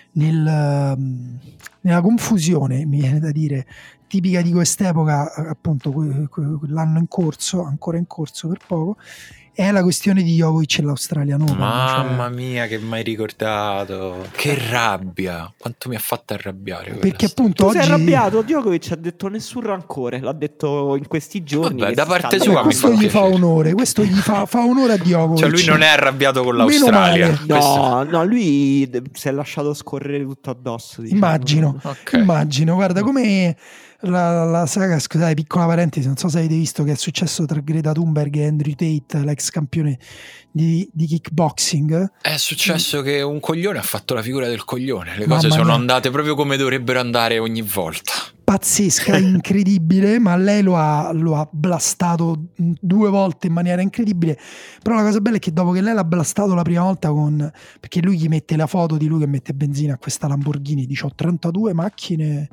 nel, nella confusione, mi viene da dire, tipica di quest'epoca, appunto l'anno in corso, ancora in corso per poco, è la questione di Jokovic e l'Australian Open. Mamma cioè... mia, che mai ricordato, che rabbia, quanto mi ha fatto arrabbiare, perché appunto tu oggi... sei arrabbiato. Djokovic ha detto nessun rancore, l'ha detto in questi giorni. Vabbè, da parte sua questo gli fa onore, questo gli fa, fa onore a Djokovic. Cioè lui non è arrabbiato con l'Australia. No, questo... no, lui si è lasciato scorrere tutto addosso, diciamo. Immagino, okay. immagino, guarda come la, la saga, scusate, piccola parentesi, non so se avete visto che è successo tra Greta Thunberg e Andrew Tate, l'ex campione di, di kickboxing. È successo mm. che un coglione ha fatto la figura del coglione, le Mamma cose sono mia. andate proprio come dovrebbero andare ogni volta. Pazzesca, incredibile, ma lei lo ha, lo ha blastato due volte in maniera incredibile. Però la cosa bella è che dopo che lei l'ha blastato la prima volta con, perché lui gli mette la foto di lui che mette benzina a questa Lamborghini, dice ho trentadue macchine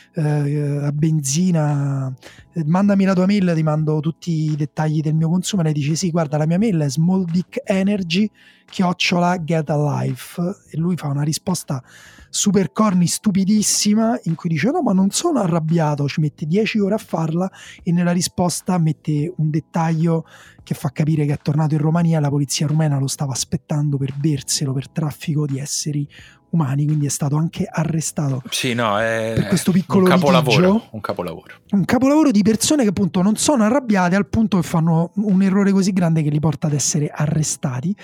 eh, a benzina, mandami la tua mail, ti mando tutti i dettagli del mio consumo. E lei dice sì, guarda, la mia mail è small dick energy chiocciola get alive, e lui fa una risposta super corny, stupidissima, in cui dice no, ma non sono arrabbiato, ci mette dieci ore a farla, e nella risposta mette un dettaglio che fa capire che è tornato in Romania, la polizia rumena lo stava aspettando per berselo per traffico di esseri umani, quindi è stato anche arrestato. Sì, no, è per questo piccolo un capolavoro, litigio, un capolavoro. Un capolavoro di persone che appunto non sono arrabbiate al punto che fanno un errore così grande che li porta ad essere arrestati.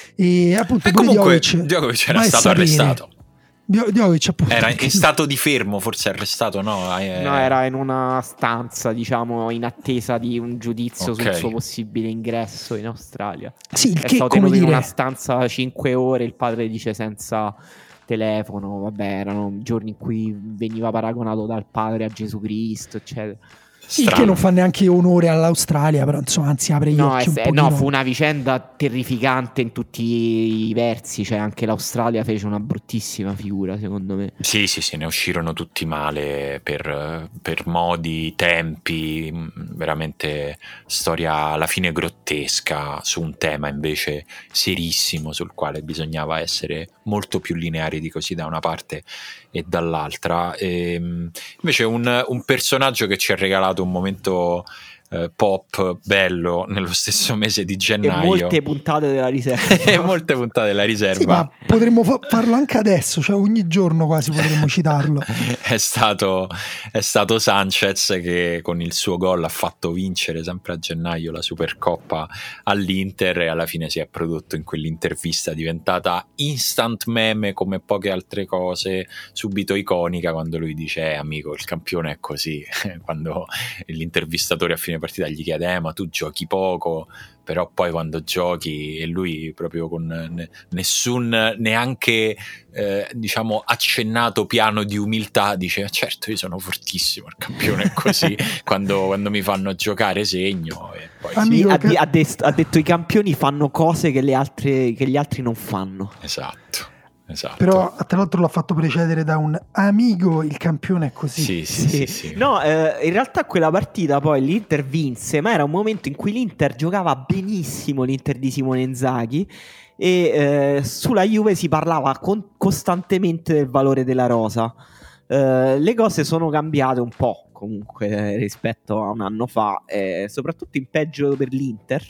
E appunto e comunque Djokovic, Djokovic era stato arrestato. Djokovic appunto era in stato di fermo, forse arrestato, no? Eh, no, era in una stanza, diciamo, in attesa di un giudizio okay. sul suo possibile ingresso in Australia. Sì, il è che, stato come tenuto dire... in una stanza cinque ore, il padre dice senza telefono, vabbè, erano giorni in cui veniva paragonato dal padre a Gesù Cristo, eccetera. Sì, che non fa neanche onore all'Australia, però insomma, anzi apre gli no, occhi un è, pochino. No, fu una vicenda terrificante in tutti i versi, cioè anche l'Australia fece una bruttissima figura, secondo me. Sì, sì, sì, ne uscirono tutti male per, per modi, tempi, veramente storia alla fine grottesca su un tema invece serissimo sul quale bisognava essere molto più lineari di così da una parte e dall'altra. E, invece un, un personaggio che ci ha regalato un momento eh, pop bello nello stesso mese di gennaio e molte puntate della riserva e molte puntate della riserva, sì, ma potremmo fa- farlo anche adesso, cioè ogni giorno quasi potremmo citarlo. è stato è stato Sanchez che con il suo gol ha fatto vincere sempre a gennaio la Supercoppa all'Inter, e alla fine si è prodotto in quell'intervista diventata instant meme come poche altre cose, subito iconica, quando lui dice eh, amico, il campione è così quando l'intervistatore a fine partita gli chiede eh, ma tu giochi poco, però poi quando giochi, e lui proprio con ne- nessun neanche eh, diciamo accennato piano di umiltà dice certo io sono fortissimo, il campione è così quando, quando mi fanno giocare segno, e poi sì, ha, ha, de- ha detto i campioni fanno cose che, le altre, che gli altri non fanno. Esatto. Esatto. Però tra l'altro l'ha fatto precedere da un amico, il campione è così. Sì, sì, sì, sì, sì. No, eh, in realtà quella partita poi l'Inter vinse, ma era un momento in cui l'Inter giocava benissimo, l'Inter di Simone Inzaghi, e eh, sulla Juve si parlava con- costantemente del valore della rosa. Eh, le cose sono cambiate un po' comunque eh, rispetto a un anno fa, eh, soprattutto in peggio per l'Inter,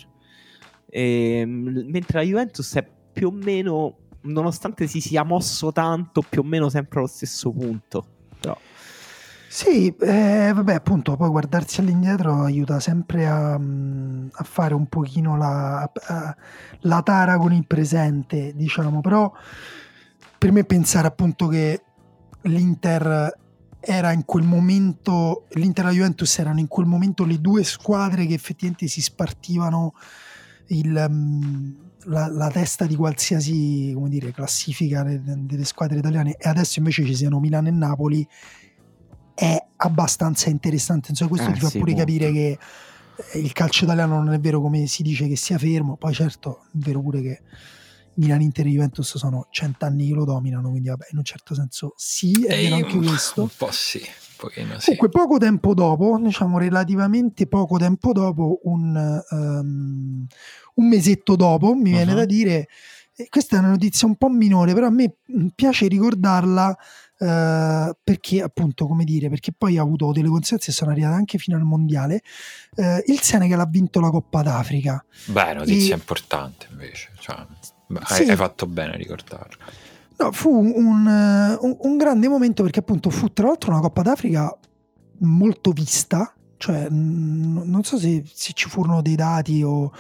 e, mentre la Juventus è più o meno, nonostante si sia mosso tanto, più o meno sempre allo stesso punto. Però. Sì, eh, vabbè, appunto, poi guardarsi all'indietro aiuta sempre a, a fare un pochino la, a, la tara con il presente, diciamo. Però per me pensare appunto che l'Inter era in quel momento, l'Inter e la Juventus erano in quel momento le due squadre che effettivamente si spartivano il... Um, La, la testa di qualsiasi, come dire, classifica delle squadre italiane, e adesso invece ci siano Milano e Napoli, è abbastanza interessante. Insomma, questo eh, ti fa sì, pure molto. capire che il calcio italiano non è vero come si dice che sia fermo, poi certo è vero pure che Milan, Inter e Juventus sono cent'anni che lo dominano, quindi vabbè, in un certo senso sì, è vero anche questo. Un po' sì, un pochino sì. Comunque poco tempo dopo, diciamo relativamente poco tempo dopo, un, um, un mesetto dopo, mi uh-huh. viene da dire, e questa è una notizia un po' minore, però a me piace ricordarla uh, perché appunto, come dire, perché poi ha avuto delle conseguenze e sono arrivate anche fino al mondiale. Uh, il Senegal ha vinto la Coppa d'Africa. Beh, notizia e... importante invece, cioè, sì. hai, hai fatto bene a ricordarla. No, fu un, un, un grande momento perché appunto fu tra l'altro una Coppa d'Africa molto vista, cioè mh, non so se, se ci furono dei dati o uh,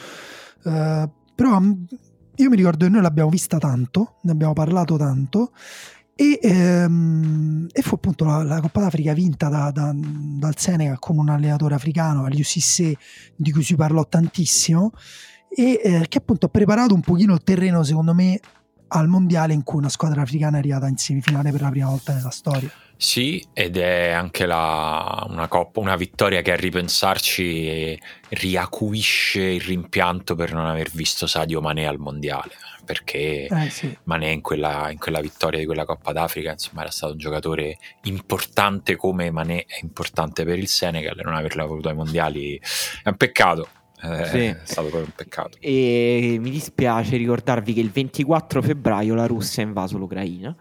però mh, io mi ricordo che noi l'abbiamo vista tanto, ne abbiamo parlato tanto e, ehm, e fu appunto la, la Coppa d'Africa vinta da, da, dal Senegal con un allenatore africano, Aliou Cissé, di cui si parlò tantissimo e eh, che appunto ha preparato un pochino il terreno secondo me al mondiale in cui una squadra africana è arrivata in semifinale per la prima volta nella storia. Sì, ed è anche la, una, coppa, una vittoria che a ripensarci riacuisce il rimpianto per non aver visto Sadio Mané al mondiale, perché eh, sì. Mané in quella, in quella vittoria di quella Coppa d'Africa insomma era stato un giocatore importante come Mané è importante per il Senegal, e non averlo avuto ai mondiali è un peccato. Eh, sì. È stato proprio un peccato. E mi dispiace ricordarvi che il ventiquattro febbraio la Russia ha invaso l'Ucraina.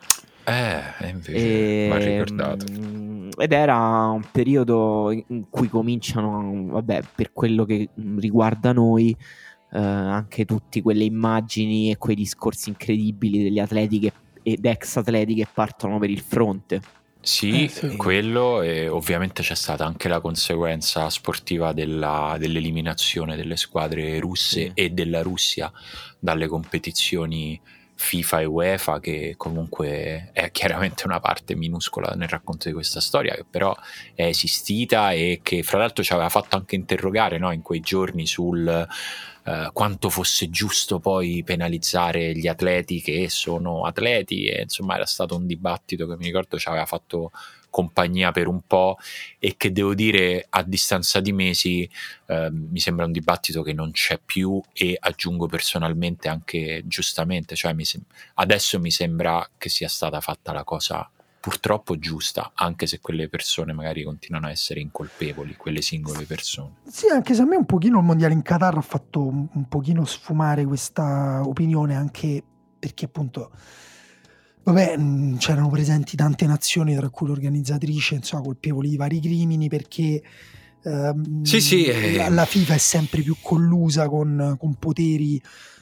Eh, invece va ricordato. Ed era un periodo in cui cominciano, vabbè, per quello che riguarda noi, eh, anche tutte quelle immagini e quei discorsi incredibili degli atleti che, ed ex atleti che partono per il fronte. Sì, eh, sì, quello, e ovviamente c'è stata anche la conseguenza sportiva della, dell'eliminazione delle squadre russe sì. e della Russia dalle competizioni FIFA e UEFA, che comunque è chiaramente una parte minuscola nel racconto di questa storia, che però è esistita e che fra l'altro ci aveva fatto anche interrogare, no, in quei giorni sul Uh, quanto fosse giusto poi penalizzare gli atleti che sono atleti, e insomma era stato un dibattito che mi ricordo ci aveva fatto compagnia per un po', e che devo dire a distanza di mesi uh, mi sembra un dibattito che non c'è più, e aggiungo personalmente anche giustamente, cioè mi sem- adesso mi sembra che sia stata fatta la cosa purtroppo giusta, anche se quelle persone magari continuano a essere incolpevoli, quelle singole persone. Sì, anche se a me un pochino il mondiale in Qatar ha fatto un, un pochino sfumare questa opinione, anche perché appunto vabbè, mh, c'erano presenti tante nazioni, tra cui l'organizzatrice, insomma, colpevoli di vari crimini, perché ehm, sì, sì, eh. la, la FIFA è sempre più collusa con, con poteri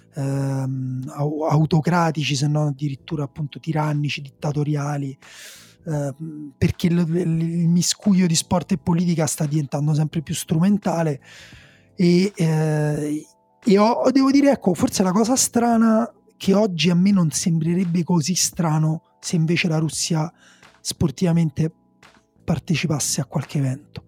ehm, autocratici, se non addirittura appunto tirannici, dittatoriali, eh, perché il, il miscuglio di sport e politica sta diventando sempre più strumentale e, eh, e ho, devo dire, ecco, forse la cosa strana che oggi a me non sembrerebbe così strano se invece la Russia sportivamente partecipasse a qualche evento.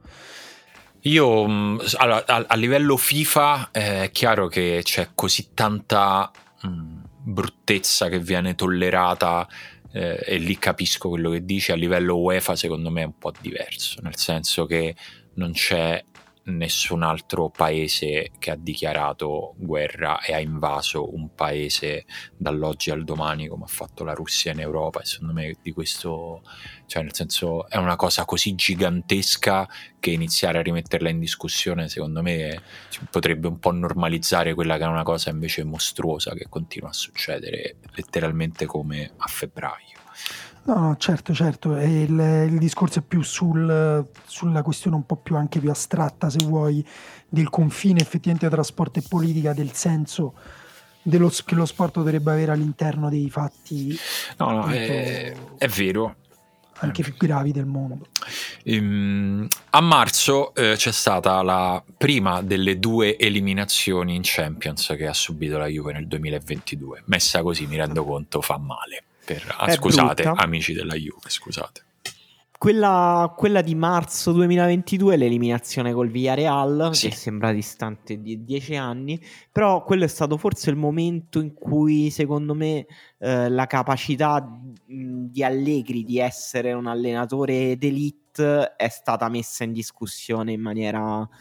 Io allora, a, a livello FIFA è chiaro che c'è così tanta mh, bruttezza che viene tollerata, eh, e lì capisco quello che dici. A livello UEFA secondo me è un po' diverso, nel senso che non c'è nessun altro paese che ha dichiarato guerra e ha invaso un paese dall'oggi al domani come ha fatto la Russia in Europa, e secondo me di questo, cioè nel senso, è una cosa così gigantesca che iniziare a rimetterla in discussione secondo me potrebbe un po' normalizzare quella che è una cosa invece mostruosa che continua a succedere letteralmente come a febbraio. No, no, certo, certo, e il, il discorso è più sul, sulla questione un po' più anche più astratta, se vuoi, del confine effettivamente tra sport e politica, del senso dello, che lo sport dovrebbe avere all'interno dei fatti. No, no, è, è vero. Anche più gravi del mondo. Um, a marzo eh, c'è stata la prima delle due eliminazioni in Champions che ha subito la Juve nel duemilaventidue. Messa così mi rendo conto fa male. Per, ah, scusate, brutta. Amici della Juve, scusate. Quella, quella di marzo duemilaventidue, l'eliminazione col Villarreal, sì. Che sembra distante di dieci anni, però quello è stato forse il momento in cui, secondo me, eh, la capacità mh, di Allegri di essere un allenatore d'élite è stata messa in discussione in maniera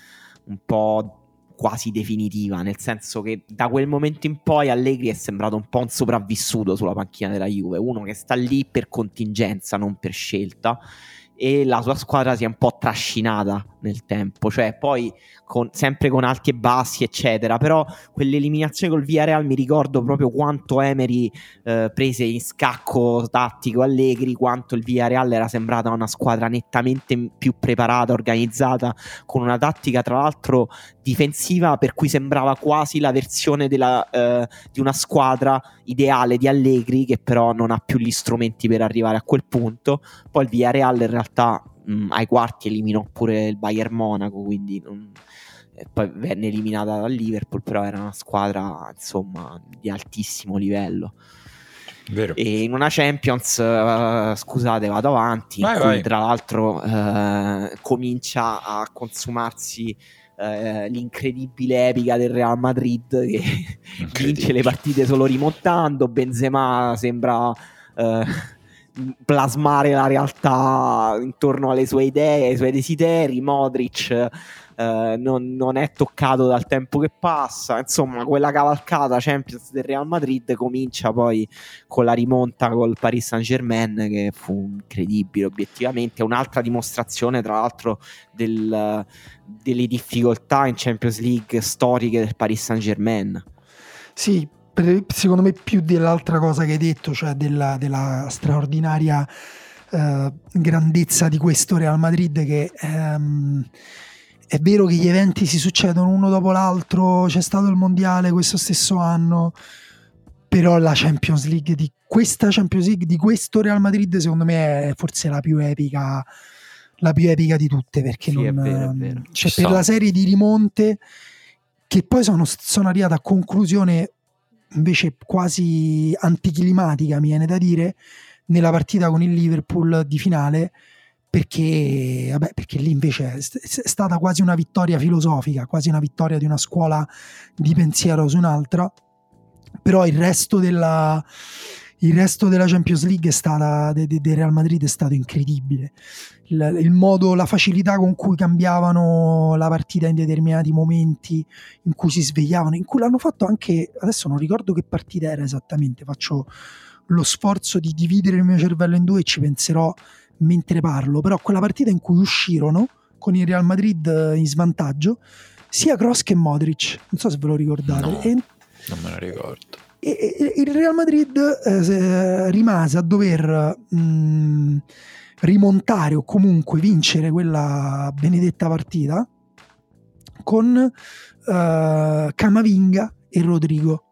un po' quasi definitiva, nel senso che da quel momento in poi Allegri è sembrato un po' un sopravvissuto sulla panchina della Juve, uno che sta lì per contingenza, non per scelta, e la sua squadra si è un po' trascinata nel tempo, cioè poi con, sempre con alti e bassi eccetera, però quell'eliminazione col Villarreal mi ricordo proprio quanto Emery eh, prese in scacco tattico Allegri, quanto il Villarreal era sembrata una squadra nettamente più preparata, organizzata, con una tattica tra l'altro difensiva per cui sembrava quasi la versione della, eh, di una squadra ideale di Allegri, che però non ha più gli strumenti per arrivare a quel punto. Poi il Villarreal in realtà mh, ai quarti eliminò pure il Bayern Monaco, quindi non... e poi venne eliminata dal Liverpool, però era una squadra insomma di altissimo livello. Vero. E in una Champions uh, scusate vado avanti, vai, in cui vai. tra l'altro uh, comincia a consumarsi uh, l'incredibile epica del Real Madrid, che vince le partite solo rimontando. Benzema sembra uh, plasmare la realtà intorno alle sue idee, ai suoi desideri. Modric Uh, non, non è toccato dal tempo che passa, insomma quella cavalcata Champions del Real Madrid comincia poi con la rimonta col Paris Saint-Germain, che fu incredibile obiettivamente, un'altra dimostrazione tra l'altro del, delle difficoltà in Champions League storiche del Paris Saint-Germain. Sì, per, secondo me più dell'altra cosa che hai detto, cioè della, della straordinaria uh, grandezza di questo Real Madrid, che um, è vero che gli eventi si succedono uno dopo l'altro, c'è stato il mondiale questo stesso anno, però la Champions League di questa Champions League di questo Real Madrid secondo me è forse la più epica, la più epica di tutte, perché sì, non, è vero, è vero. Cioè per la serie di rimonte che poi sono, sono arrivate a conclusione invece quasi anticlimatica, mi viene da dire, nella partita con il Liverpool di finale, perché, vabbè, perché lì invece è stata quasi una vittoria filosofica, quasi una vittoria di una scuola di pensiero su un'altra. Però il resto della, il resto della Champions League è stata, del de Real Madrid è stato incredibile. Il, il modo, la facilità con cui cambiavano la partita in determinati momenti, in cui si svegliavano, in cui l'hanno fatto anche, adesso non ricordo che partita era esattamente, faccio lo sforzo di dividere il mio cervello in due e ci penserò mentre parlo, però quella partita in cui uscirono con il Real Madrid in svantaggio sia Kroos che Modric, non so se ve lo ricordate. No, e, non me lo ricordo. E, e il Real Madrid eh, rimase a dover mh, rimontare o comunque vincere quella benedetta partita con uh, Camavinga e Rodrigo,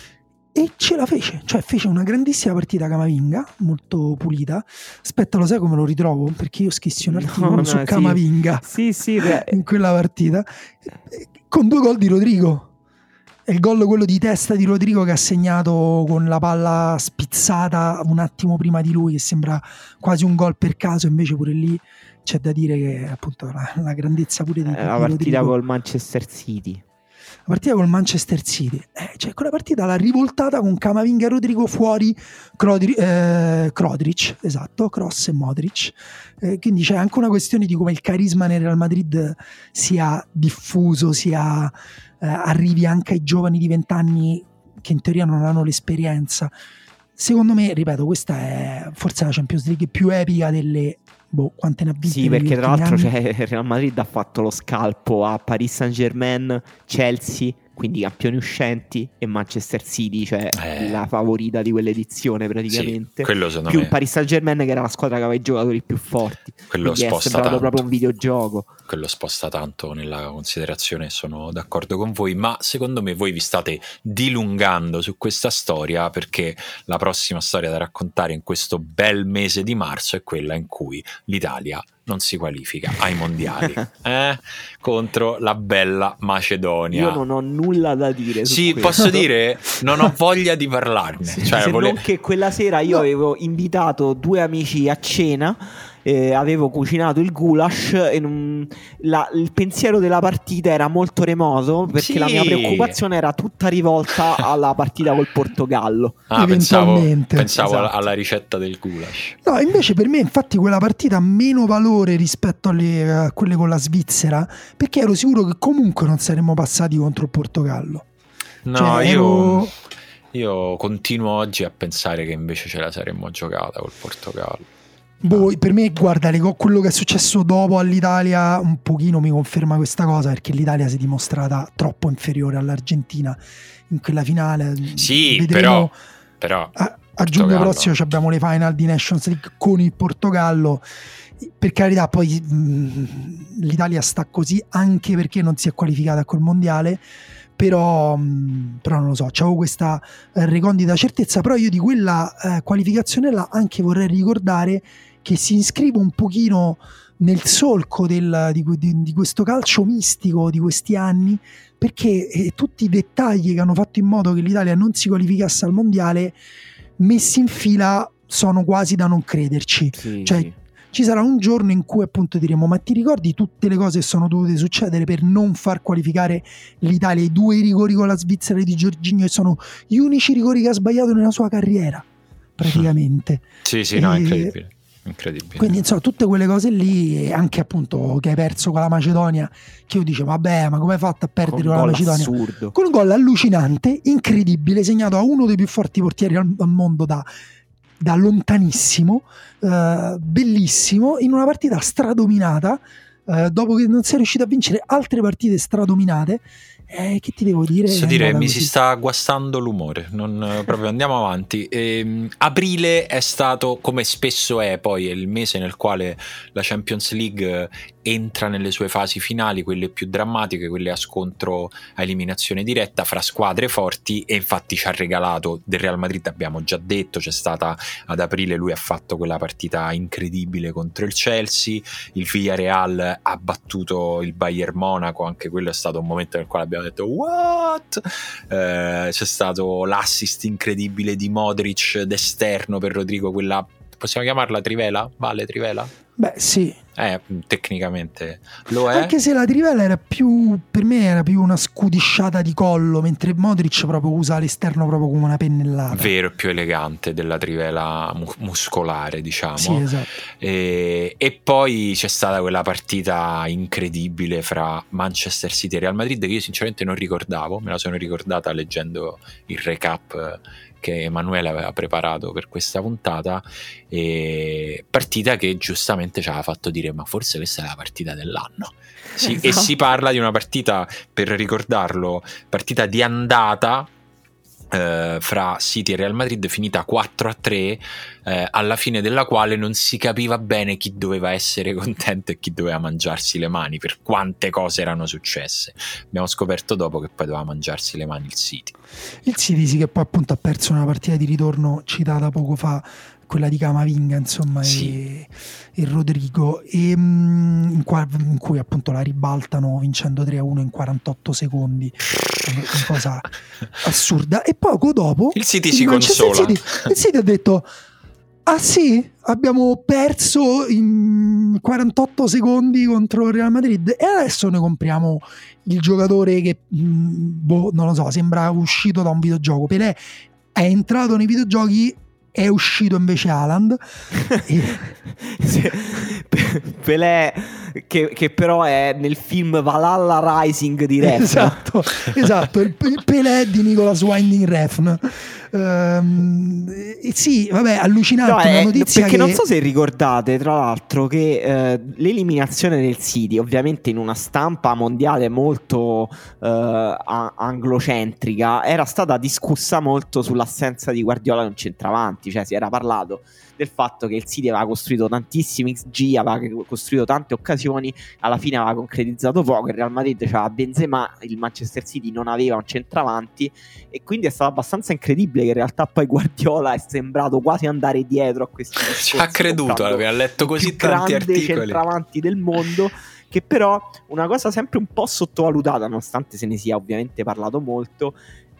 e ce la fece, cioè fece una grandissima partita Camavinga, molto pulita. Aspetta, lo sai come lo ritrovo? Perché io scrissi un articolo no, no, su Camavinga sì, sì, sì, in quella partita, con due gol di Rodrigo. E il gol quello di testa di Rodrigo che ha segnato con la palla spizzata un attimo prima di lui, che sembra quasi un gol per caso, invece pure lì c'è da dire che appunto la, la grandezza pure di, eh, di la partita Rodrigo. col Manchester City. La partita col Manchester City, eh, cioè quella partita l'ha rivoltata con Camavinga e Rodrigo fuori, Crodri, eh, Crodric, esatto, Kroos e Modric, eh, quindi c'è anche una questione di come il carisma nel Real Madrid sia diffuso, sia eh, arrivi anche ai giovani di vent'anni che in teoria non hanno l'esperienza. Secondo me, ripeto, questa è forse la Champions League più epica delle... Boh, quante ne ha vinte? Sì, perché tra l'altro anni? Cioè, il Real Madrid ha fatto lo scalpo a Paris Saint-Germain, Chelsea, quindi campioni uscenti, e Manchester City, cioè eh. la favorita di quell'edizione praticamente. Sì, quello secondo più me... Paris Saint-Germain, che era la squadra che aveva i giocatori più forti. Quello quindi sposta è sembrato tanto. proprio un videogioco. Quello sposta tanto nella considerazione, sono d'accordo con voi, ma secondo me voi vi state dilungando su questa storia, perché la prossima storia da raccontare in questo bel mese di marzo è quella in cui l'Italia non si qualifica ai mondiali eh? contro la bella Macedonia. Io non ho nulla da dire su sì, questo. posso dire, non ho voglia di parlarne. Sì, cioè, se vole... non che quella sera io no. avevo invitato due amici a cena eh, avevo cucinato il goulash e non, la, il pensiero della partita era molto remoto, perché sì. la mia preoccupazione era tutta rivolta alla partita col Portogallo. Ah, pensavo, pensavo esatto. alla, alla ricetta del goulash. No, invece per me infatti quella partita ha meno valore rispetto alle, a quelle con la Svizzera, perché ero sicuro che comunque non saremmo passati contro il Portogallo. No, cioè, io, ero... io continuo oggi a pensare che invece ce la saremmo giocata col Portogallo. Boh, per me, guarda, quello che è successo dopo all'Italia un pochino mi conferma questa cosa, perché l'Italia si è dimostrata troppo inferiore all'Argentina in quella finale. Sì, vedremo, però, però a, a giugno prossimo abbiamo le final di Nations League con il Portogallo. Per carità, poi mh, l'Italia sta così anche perché non si è qualificata a quel mondiale. Però, però non lo so, c'avevo questa eh, recondita certezza. Però io di quella eh, qualificazione là anche vorrei ricordare che si iscrive un pochino nel solco del, di, di, di questo calcio mistico di questi anni, perché eh, tutti i dettagli che hanno fatto in modo che l'Italia non si qualificasse al mondiale messi in fila sono quasi da non crederci. Sì, cioè sì. Ci sarà un giorno in cui appunto diremo: ma ti ricordi tutte le cose che sono dovute succedere per non far qualificare l'Italia? I due rigori con la Svizzera di Jorginho, che sono gli unici rigori che ha sbagliato nella sua carriera praticamente. Sì, sì, no, è incredibile. Incredibile. Quindi insomma tutte quelle cose lì, anche appunto che hai perso con la Macedonia, che io dicevo vabbè, ma come hai fatto a perdere con, con la Macedonia? Assurdo. Con un gol allucinante, incredibile, segnato a uno dei più forti portieri al, al mondo da, da lontanissimo, uh, bellissimo, in una partita stradominata, uh, dopo che non sei riuscito a vincere altre partite stradominate. Eh, che ti devo dire? Posso dire, mi così. si sta guastando l'umore, non, proprio andiamo avanti. E, aprile è stato, come spesso è, poi è il mese nel quale la Champions League entra nelle sue fasi finali, quelle più drammatiche, quelle a scontro, a eliminazione diretta fra squadre forti, e infatti ci ha regalato del Real Madrid, abbiamo già detto, c'è stata ad aprile, lui ha fatto quella partita incredibile contro il Chelsea, il Villarreal ha battuto il Bayern Monaco, anche quello è stato un momento nel quale abbiamo detto what? Eh, c'è stato l'assist incredibile di Modric d'esterno per Rodrigo, quella possiamo chiamarla trivela? Vale trivela? Beh sì, eh, tecnicamente lo è, anche se la trivela era più, per me era più una scudisciata di collo, mentre Modric proprio usa l'esterno proprio come una pennellata. Vero, più elegante della trivela mu- muscolare, diciamo. Sì, esatto. E, e poi c'è stata quella partita incredibile fra Manchester City e Real Madrid che io sinceramente non ricordavo, me la sono ricordata leggendo il recap che Emanuele aveva preparato per questa puntata, e partita che giustamente ci aveva fatto dire ma forse questa è la partita dell'anno. Sì, esatto. E si parla di una partita, per ricordarlo, partita di andata eh, fra City e Real Madrid finita quattro a tre, eh, alla fine della quale non si capiva bene chi doveva essere contento e chi doveva mangiarsi le mani per quante cose erano successe. Abbiamo scoperto dopo che poi doveva mangiarsi le mani il City. Il City sì, che poi appunto ha perso una partita di ritorno citata poco fa, quella di Camavinga, insomma, sì. e, e Rodrigo, e, in, qua, in cui appunto la ribaltano vincendo tre a uno in quarantotto secondi, una cosa assurda. E poco dopo il City il si consola. City, il City ha detto ah sì, abbiamo perso in quarantotto secondi contro il Real Madrid e adesso ne compriamo il giocatore che boh, non lo so, sembra uscito da un videogioco. Pelé è entrato nei videogiochi, è uscito invece Haaland. e... sì, Pelé che, che però è nel film Valhalla Rising di Refn. Esatto, esatto, il, il Pelé di Nicolas Winding Refn. Um, eh, sì, vabbè, allucinante. No, una è, notizia perché che... non so se ricordate, tra l'altro, che eh, l'eliminazione del City, ovviamente in una stampa mondiale molto eh, anglocentrica, era stata discussa molto sull'assenza di Guardiola in centravanti. Cioè si era parlato del fatto che il City aveva costruito tantissimi X G, aveva costruito tante occasioni, alla fine aveva concretizzato poco. Il Real Madrid c'aveva Benzema, il Manchester City non aveva un centravanti, e quindi è stato abbastanza incredibile che in realtà poi Guardiola è sembrato quasi andare dietro a questi discorsi. Ci ha creduto, aveva letto così tanti articoli. Centravanti del mondo, che però una cosa sempre un po' sottovalutata, nonostante se ne sia ovviamente parlato molto,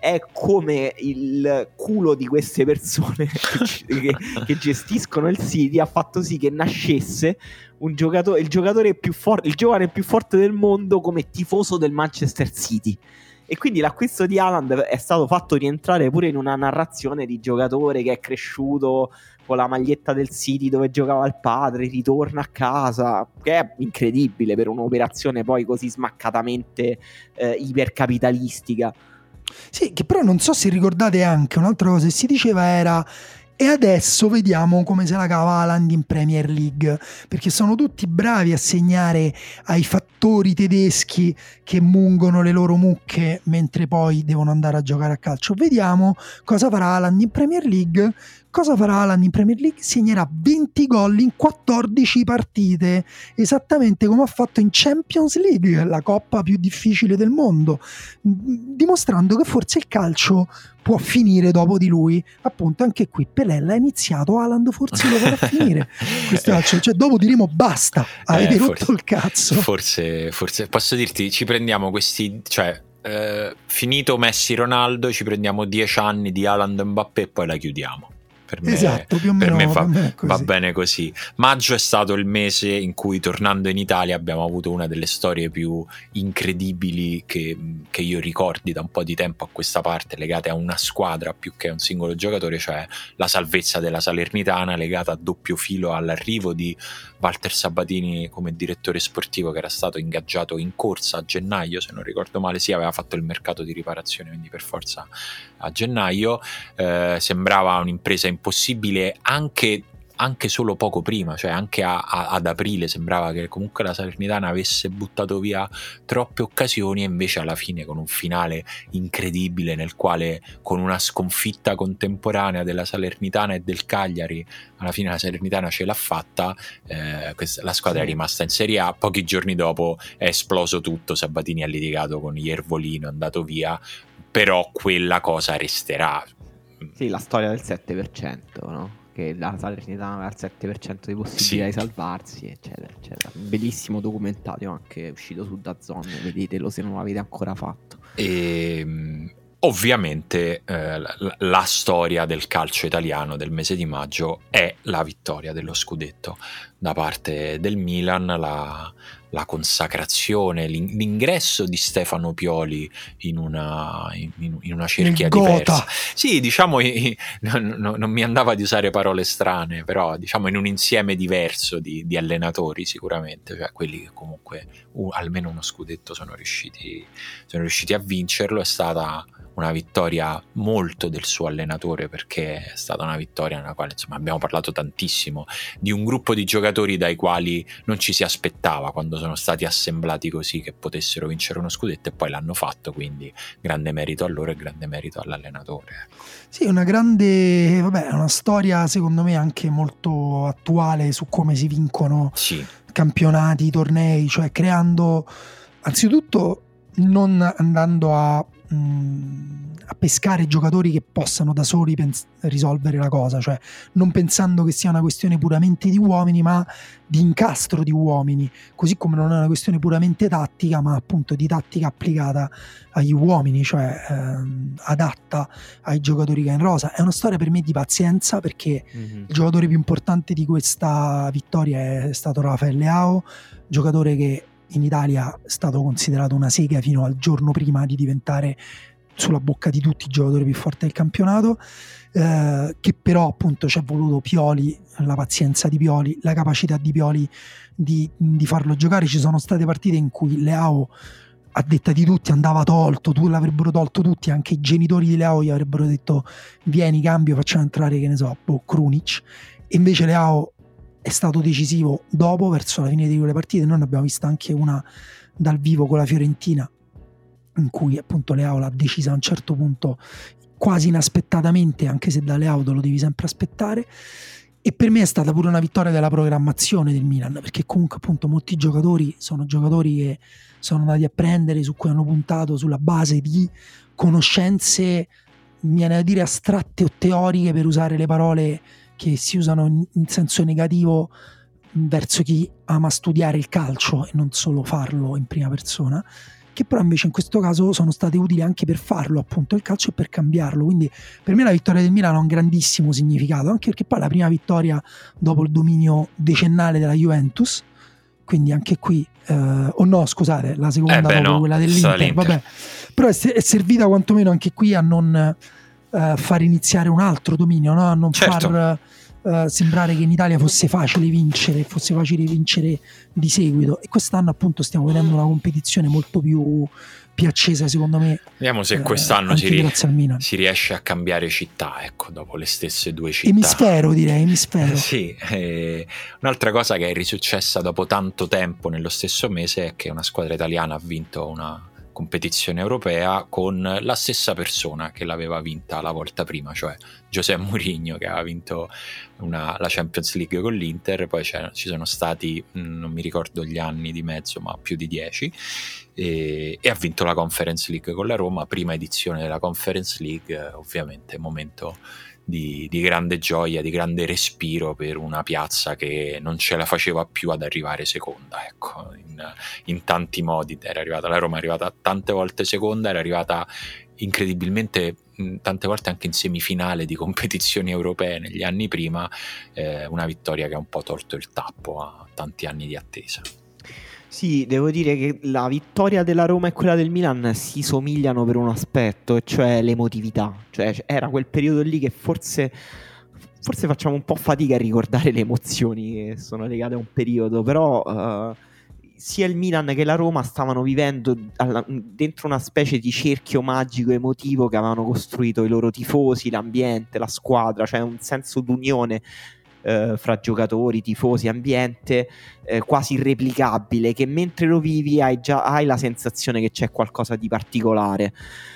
è come il culo di queste persone che, che gestiscono il City ha fatto sì che nascesse un giocatore, il giocatore più forte, il giovane più forte del mondo come tifoso del Manchester City. E quindi l'acquisto di Haaland è stato fatto rientrare pure in una narrazione di giocatore che è cresciuto con la maglietta del City dove giocava il padre, ritorna a casa, che è incredibile per un'operazione poi così smaccatamente eh, ipercapitalistica. Sì, che però non so se ricordate anche un'altra cosa che si diceva era: e adesso vediamo come se la cava Haaland in Premier League, perché sono tutti bravi a segnare ai fattori tedeschi che mungono le loro mucche mentre poi devono andare a giocare a calcio. Vediamo cosa farà Haaland in Premier League. Cosa farà Haaland in Premier League? Segnerà venti gol in quattordici partite, esattamente come ha fatto in Champions League, la coppa più difficile del mondo, dimostrando che forse il calcio può finire dopo di lui. Appunto, anche qui Pelé l'ha iniziato, Haaland forse lo farà finire questo calcio, cioè dopo diremo basta, avete eh, rotto forse, il cazzo. Forse, forse posso dirti, ci prendiamo questi, cioè eh, finito Messi Ronaldo, ci prendiamo dieci anni di Haaland Mbappé e poi la chiudiamo. Per me, esatto, più o meno, per me, fa, per me va bene così. Maggio è stato il mese in cui, tornando in Italia, abbiamo avuto una delle storie più incredibili che, che io ricordi da un po' di tempo a questa parte, legate a una squadra più che a un singolo giocatore, cioè la salvezza della Salernitana, legata a doppio filo all'arrivo di Walter Sabatini come direttore sportivo, che era stato ingaggiato in corsa a gennaio, se non ricordo male, sì, aveva fatto il mercato di riparazione, quindi per forza a gennaio. Eh, sembrava un'impresa impossibile anche, anche solo poco prima, cioè anche a, a, ad aprile sembrava che comunque la Salernitana avesse buttato via troppe occasioni, e invece alla fine, con un finale incredibile nel quale, con una sconfitta contemporanea della Salernitana e del Cagliari, alla fine la Salernitana ce l'ha fatta, eh, questa, la squadra sì. è rimasta in Serie A. Pochi giorni dopo è esploso tutto, Sabatini ha litigato con Iervolino, è andato via, però quella cosa resterà. Sì, la storia del sette per cento, no? Che la Salernitana aveva il sette per cento di possibilità sì. di salvarsi, eccetera, eccetera. Un bellissimo documentario anche uscito su DAZN, vedetelo se non l'avete ancora fatto. E ovviamente eh, la, la storia del calcio italiano del mese di maggio è la vittoria dello scudetto da parte del Milan, la, la consacrazione, l'ingresso di Stefano Pioli in una, in, in una cerchia diversa. Sì, diciamo, non, non mi andava di usare parole strane, però diciamo in un insieme diverso di, di allenatori sicuramente, cioè quelli che comunque uh, almeno uno scudetto sono riusciti, sono riusciti a vincerlo. È stata una vittoria molto del suo allenatore, perché è stata una vittoria nella quale, insomma, abbiamo parlato tantissimo di un gruppo di giocatori dai quali non ci si aspettava, quando sono stati assemblati così, che potessero vincere uno scudetto, e poi l'hanno fatto, quindi grande merito a loro e grande merito all'allenatore. Sì, una grande, vabbè, una storia secondo me anche molto attuale su come si vincono sì. campionati, tornei, cioè creando, anzitutto non andando a a pescare giocatori che possano da soli pens- risolvere la cosa, cioè non pensando che sia una questione puramente di uomini, ma di incastro di uomini, così come non è una questione puramente tattica, ma appunto di tattica applicata agli uomini, cioè ehm, adatta ai giocatori che ha in rosa. È una storia per me di pazienza, perché mm-hmm. il giocatore più importante di questa vittoria è stato Rafael Leao, giocatore che in Italia è stato considerato una sega fino al giorno prima di diventare sulla bocca di tutti i giocatori più forti del campionato, eh, che però appunto ci è voluto Pioli, la pazienza di Pioli, la capacità di Pioli di, di farlo giocare. Ci sono state partite in cui Leao, a detta di tutti, andava tolto, tu l'avrebbero tolto tutti, anche i genitori di Leao gli avrebbero detto vieni, cambio, facciamo entrare, che ne so, boh, Krunic, e invece Leao è stato decisivo dopo, verso la fine di quelle partite. Noi ne abbiamo vista anche una dal vivo con la Fiorentina, in cui appunto Leao l'ha decisa a un certo punto quasi inaspettatamente, anche se da Leao te lo devi sempre aspettare. E per me è stata pure una vittoria della programmazione del Milan, perché comunque appunto molti giocatori sono giocatori che sono andati a prendere, su cui hanno puntato sulla base di conoscenze, mi viene da dire astratte o teoriche, per usare le parole che si usano in senso negativo verso chi ama studiare il calcio e non solo farlo in prima persona. che però invece in questo caso sono state utili anche per farlo, appunto, il calcio e per cambiarlo. Quindi per me la vittoria del Milan ha un grandissimo significato, anche perché poi è la prima vittoria dopo il dominio decennale della Juventus, quindi anche qui eh, o oh no scusate la seconda eh beh, dopo no, quella dell'Inter, vabbè, però è, è servita quantomeno anche qui a non eh, far iniziare un altro dominio, no? A non certo. far eh, sembrare che in Italia fosse facile vincere, fosse facile vincere di seguito, e quest'anno appunto stiamo vedendo una competizione molto più più accesa, secondo me. Vediamo se eh, quest'anno si, ri- Milan. si riesce a cambiare città, ecco, dopo le stesse due città. Emisfero, direi, emisfero. Sì, eh, un'altra cosa che è risuccessa dopo tanto tempo nello stesso mese è che una squadra italiana ha vinto una competizione europea con la stessa persona che l'aveva vinta la volta prima, cioè José Mourinho, che aveva vinto una, la Champions League con l'Inter. Poi ci sono stati, non mi ricordo gli anni di mezzo, ma più di dieci, e, e ha vinto la Conference League con la Roma, prima edizione della Conference League, ovviamente momento di, di grande gioia, di grande respiro per una piazza che non ce la faceva più ad arrivare seconda, ecco, in, in tanti modi. Era arrivata la Roma, è arrivata tante volte seconda, era arrivata incredibilmente tante volte anche in semifinale di competizioni europee negli anni prima, eh, una vittoria che ha un po' tolto il tappo a tanti anni di attesa. Sì, devo dire che la vittoria della Roma e quella del Milan si somigliano per un aspetto, e cioè l'emotività. Cioè era quel periodo lì che forse forse facciamo un po' fatica a ricordare le emozioni che sono legate a un periodo, però uh, sia il Milan che la Roma stavano vivendo alla, dentro una specie di cerchio magico emotivo che avevano costruito i loro tifosi, l'ambiente, la squadra, cioè un senso d'unione eh, fra giocatori, tifosi, ambiente eh, quasi irreplicabile, che mentre lo vivi hai già hai la sensazione che c'è qualcosa di particolare.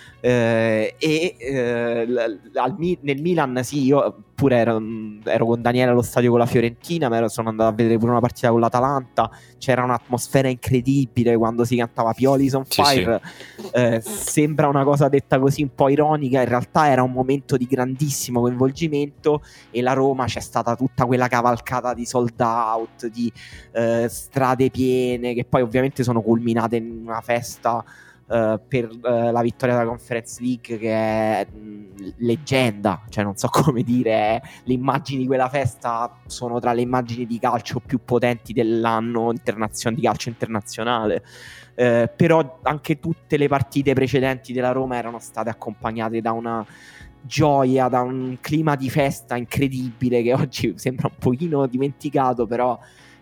Eh, e eh, l- al, nel Milan sì, io pure ero, ero con Daniele allo stadio con la Fiorentina, ma ero, sono andato a vedere pure una partita con l'Atalanta. C'era un'atmosfera incredibile quando si cantava Pioli's on sì, Fire, sì. Eh, sembra una cosa detta così un po' ironica, in realtà era un momento di grandissimo coinvolgimento, e la Roma c'è stata tutta quella cavalcata di sold out, di eh, strade piene, che poi ovviamente sono culminate in una festa Uh, per uh, la vittoria della Conference League, che è mh, leggenda, cioè non so come dire, le immagini di quella festa sono tra le immagini di calcio più potenti dell'anno internazio- di calcio internazionale. Uh, però anche tutte le partite precedenti della Roma erano state accompagnate da una gioia, da un clima di festa incredibile che oggi sembra un pochino dimenticato, però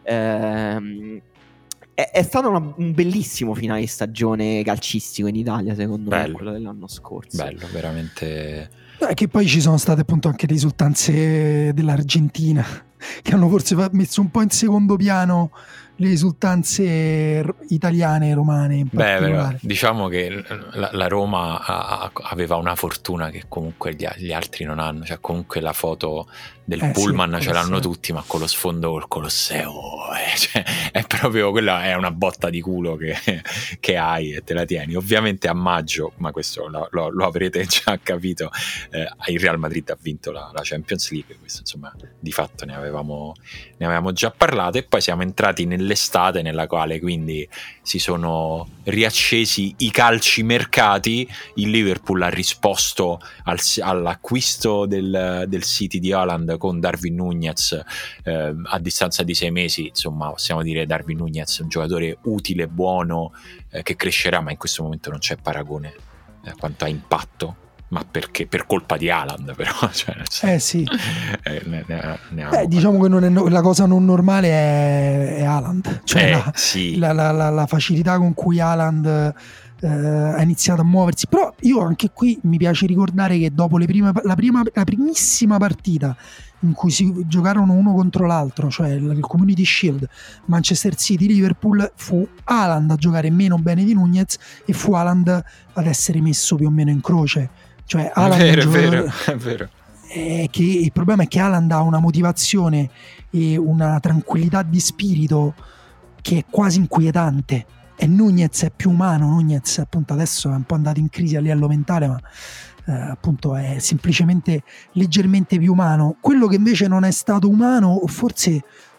ehm, È, è stato una, un bellissimo finale di stagione calcistico in Italia, secondo bello. me, quello dell'anno scorso. Bello, veramente. Eh, che poi ci sono state appunto anche le risultanze dell'Argentina, che hanno forse messo un po' in secondo piano le risultanze italiane e romane in particolare. Beh, diciamo che la, la Roma ha, aveva una fortuna che comunque gli, gli altri non hanno, cioè comunque la foto del eh, pullman sì, ce l'hanno tutti, ma con lo sfondo col Colosseo eh, cioè, è proprio quella, è una botta di culo che, che hai e te la tieni. Ovviamente a maggio, ma questo lo, lo, lo avrete già capito, eh, il Real Madrid ha vinto la, la Champions League, questo insomma di fatto ne avevamo, ne avevamo già parlato, e poi siamo entrati nell'estate nella quale quindi si sono riaccesi i calci mercati. Il Liverpool ha risposto al, all'acquisto del, del City di Haaland con Darwin Núñez eh, a distanza di sei mesi. Insomma, possiamo dire Darwin Núñez un giocatore utile, buono, eh, che crescerà, ma in questo momento non c'è paragone eh, quanto a impatto, ma perché per colpa di Haaland, però cioè, eh sì eh, ne, ne, ne Beh, diciamo che non è no- la cosa non normale è, è Haaland, cioè eh, la, sì. la, la, la, la facilità con cui Haaland eh, ha iniziato a muoversi. Però io anche qui mi piace ricordare che dopo le prime, la, prima, la primissima partita in cui si giocarono uno contro l'altro, cioè il, il Community Shield Manchester City-Liverpool, fu Haaland a giocare meno bene di Núñez e fu Haaland ad essere messo più o meno in croce. Cioè Haaland è vero, è, un è vero, è vero. È che il problema è che Haaland ha una motivazione e una tranquillità di spirito che è quasi inquietante, e Núñez è più umano. Núñez appunto adesso è un po' andato in crisi a livello mentale, ma eh, appunto è semplicemente leggermente più umano. Quello che invece non è stato umano, o forse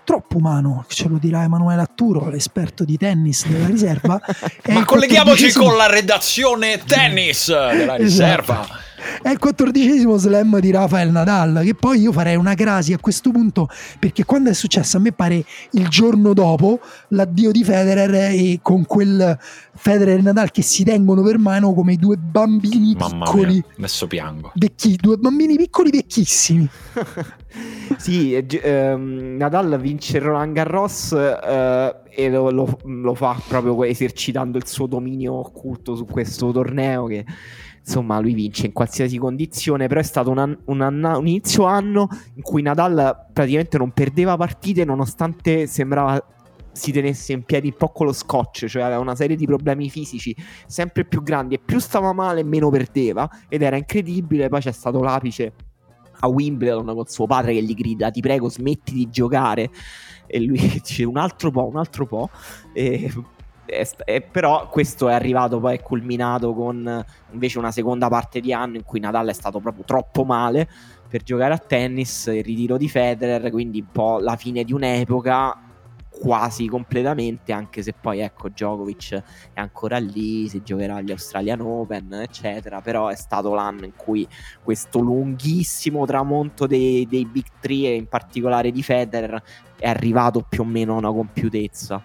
troppo umano, ce lo dirà Emanuele Atturo, l'esperto di tennis della riserva. Ma colleghiamoci con la redazione tennis della riserva. Esatto. È il quattordicesimo slam di Rafael Nadal, che poi io farei una crasi a questo punto, perché quando è successo, a me pare il giorno dopo l'addio di Federer, e con quel Federer e Nadal che si tengono per mano come i due bambini Mamma piccoli. Mia, adesso piango. Vecchi, due bambini piccoli vecchissimi. Sì, ehm, Nadal vince Roland Garros eh, e lo, lo, lo fa proprio esercitando il suo dominio occulto su questo torneo, che insomma lui vince in qualsiasi condizione. Però è stato un, an- un, an- un inizio anno in cui Nadal praticamente non perdeva partite, nonostante sembrava si tenesse in piedi un po' con lo scotch, cioè aveva una serie di problemi fisici sempre più grandi, e più stava male meno perdeva, ed era incredibile. Poi c'è stato l'apice a Wimbledon con suo padre che gli grida: ti prego smetti di giocare, e lui dice un altro po', un altro po', e, e, e però questo è arrivato, poi è culminato con invece una seconda parte di anno in cui Nadal è stato proprio troppo male per giocare a tennis, il ritiro di Federer, quindi un po' la fine di un'epoca quasi completamente, anche se poi ecco Djokovic è ancora lì, si giocherà agli Australian Open eccetera. Però è stato l'anno in cui questo lunghissimo tramonto dei, dei Big Three, e in particolare di Federer, è arrivato più o meno a una compiutezza.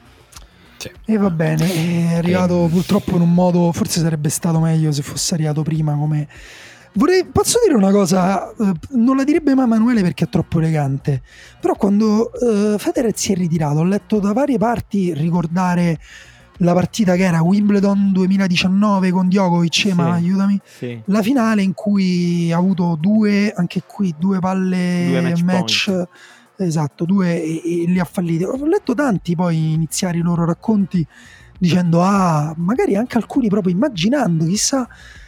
Sì. E va bene, è arrivato e... purtroppo in un modo, forse sarebbe stato meglio se fosse arrivato prima. Come vorrei, posso dire una cosa, eh, non la direbbe mai Emanuele perché è troppo elegante, però quando eh, Federer si è ritirato, ho letto da varie parti ricordare la partita che era Wimbledon duemiladiciannove con Djokovic, sì, ma aiutami, sì. La finale in cui ha avuto due, anche qui due palle due match, match esatto, due, e, e li ha falliti. Ho letto tanti poi iniziare i loro racconti dicendo ah, magari anche alcuni proprio immaginando chissà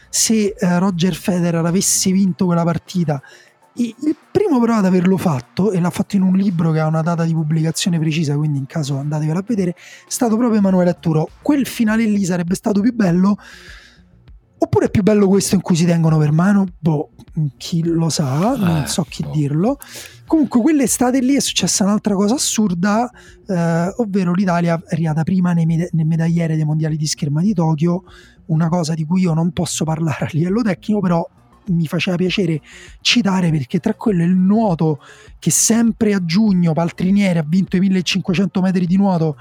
se eh, Roger Federer avesse vinto quella partita. E il primo però ad averlo fatto, e l'ha fatto in un libro che ha una data di pubblicazione precisa, quindi in caso andatevelo a vedere, è stato proprio Emanuele Atturo. Quel finale lì sarebbe stato più bello, oppure è più bello questo in cui si tengono per mano? Boh, chi lo sa, non so chi dirlo. Comunque quell'estate lì è successa un'altra cosa assurda, eh, ovvero l'Italia è arrivata prima nei, med- nei medagliere dei mondiali di scherma di Tokyo, una cosa di cui io non posso parlare a livello tecnico, però mi faceva piacere citare, perché tra quello e il nuoto, che sempre a giugno Paltrinieri ha vinto i millecinquecento metri di nuoto,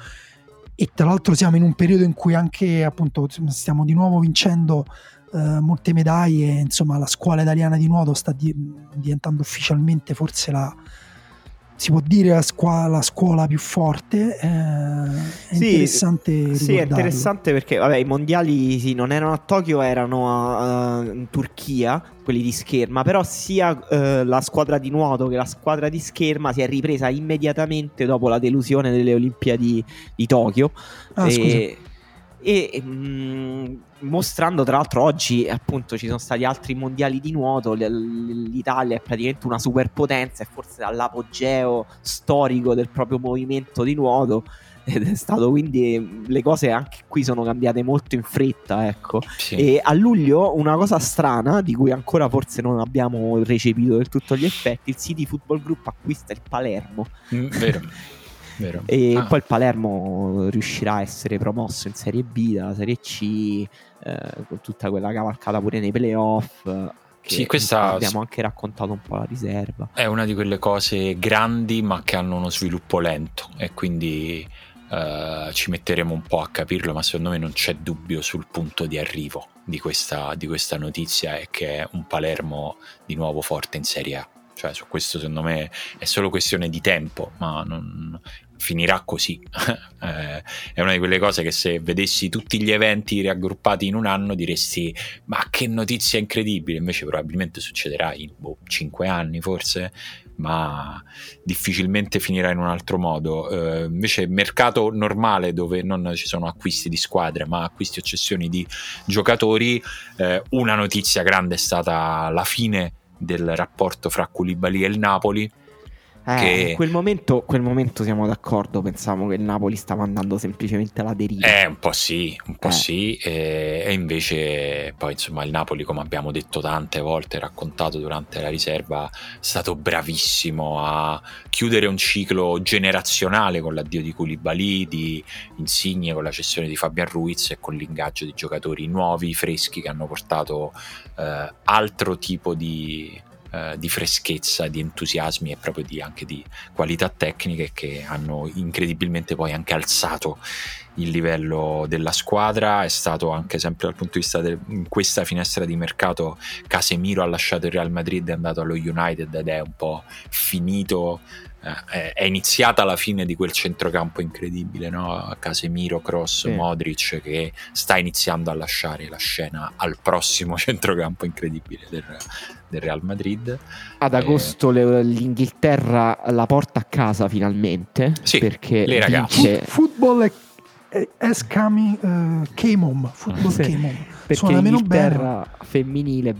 e tra l'altro siamo in un periodo in cui anche appunto stiamo di nuovo vincendo uh, molte medaglie, insomma la scuola italiana di nuoto sta di- diventando ufficialmente forse la, si può dire, la, scuola, la scuola più forte. Eh, è sì, interessante ricordarlo. Sì, è interessante perché vabbè, i mondiali sì, non erano a Tokyo, erano a, uh, in Turchia, quelli di scherma, però sia uh, la squadra di nuoto che la squadra di scherma si è ripresa immediatamente dopo la delusione delle Olimpiadi di Tokyo. Ah, e, scusa. e mh, mostrando tra l'altro oggi appunto ci sono stati altri mondiali di nuoto, l'Italia è praticamente una superpotenza, è forse all'apogeo storico del proprio movimento di nuoto, ed è stato, quindi le cose anche qui sono cambiate molto in fretta, ecco. Sì. E a luglio una cosa strana di cui ancora forse non abbiamo recepito del tutto gli effetti: il City Football Group acquista il Palermo. Mm, vero. Vero. E ah. poi il Palermo riuscirà a essere promosso in Serie B dalla Serie C, eh, con tutta quella cavalcata pure nei playoff. Che sì, questa abbiamo anche raccontato un po' la riserva. È una di quelle cose grandi ma che hanno uno sviluppo lento, e quindi eh, ci metteremo un po' a capirlo, ma secondo me non c'è dubbio sul punto di arrivo di questa, di questa notizia, è che è un Palermo di nuovo forte in Serie A. Cioè su questo secondo me è solo questione di tempo, ma non finirà così. eh, è una di quelle cose che se vedessi tutti gli eventi raggruppati in un anno diresti ma che notizia incredibile, invece probabilmente succederà in boh, cinque anni forse, ma difficilmente finirà in un altro modo. Eh, invece mercato normale, dove non ci sono acquisti di squadre ma acquisti o cessioni di giocatori, eh, una notizia grande è stata la fine del rapporto fra Koulibaly e il Napoli, Eh, che... in quel momento, quel momento siamo d'accordo, pensavo che il Napoli stava andando semplicemente alla deriva. Eh, un po' sì, un po' Eh. sì, e, e invece poi insomma il Napoli, come abbiamo detto tante volte, raccontato durante la riserva, è stato bravissimo a chiudere un ciclo generazionale con l'addio di Koulibaly, di Insigne, con la cessione di Fabian Ruiz e con l'ingaggio di giocatori nuovi, freschi, che hanno portato eh, altro tipo di... Uh, di freschezza, di entusiasmi e proprio di, anche di qualità tecniche che hanno incredibilmente poi anche alzato il livello della squadra. È stato anche sempre dal punto di vista del, in questa finestra di mercato Casemiro ha lasciato il Real Madrid, è andato allo United ed è un po' finito, eh, è iniziata la fine di quel centrocampo incredibile, no? Casemiro, Kroos, sì. Modric, che sta iniziando a lasciare la scena al prossimo centrocampo incredibile del, del Real Madrid. Ad agosto eh, l'Inghilterra la porta a casa finalmente, sì, perché le ragazze vince... Football è As coming, uh, came home, football sì, came home. Perché Suona meno l'Inghilterra bene. femminile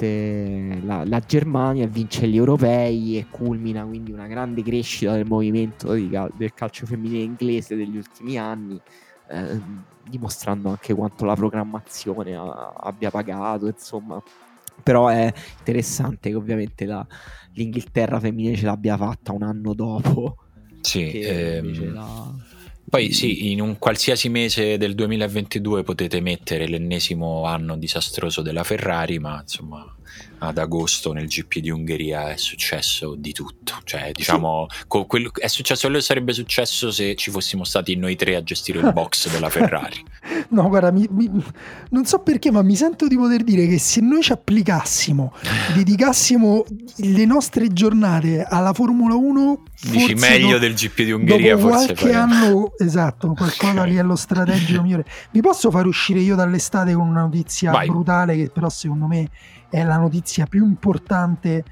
batte la, la Germania, vince gli europei e culmina quindi una grande crescita del movimento di cal- del calcio femminile inglese degli ultimi anni, eh, dimostrando anche quanto la programmazione ha, abbia pagato, insomma. Però è interessante che ovviamente la, l'Inghilterra femminile ce l'abbia fatta un anno dopo. Sì, che ehm... la... Poi sì, in un qualsiasi mese del duemilaventidue potete mettere l'ennesimo anno disastroso della Ferrari, ma insomma ad agosto nel G P di Ungheria è successo di tutto, cioè diciamo sì. co- quello, è successo quello che sarebbe successo se ci fossimo stati noi tre a gestire il box della Ferrari. No, guarda, mi, mi, non so perché, ma mi sento di poter dire che se noi ci applicassimo, dedicassimo le nostre giornate alla Formula uno, dici meglio do, del G P di Ungheria, dopo forse qualche anno, esatto, qualcosa lì allo strategico migliore. Vi posso far uscire io dall'estate con una notizia Vai. brutale, che però secondo me è la notizia più importante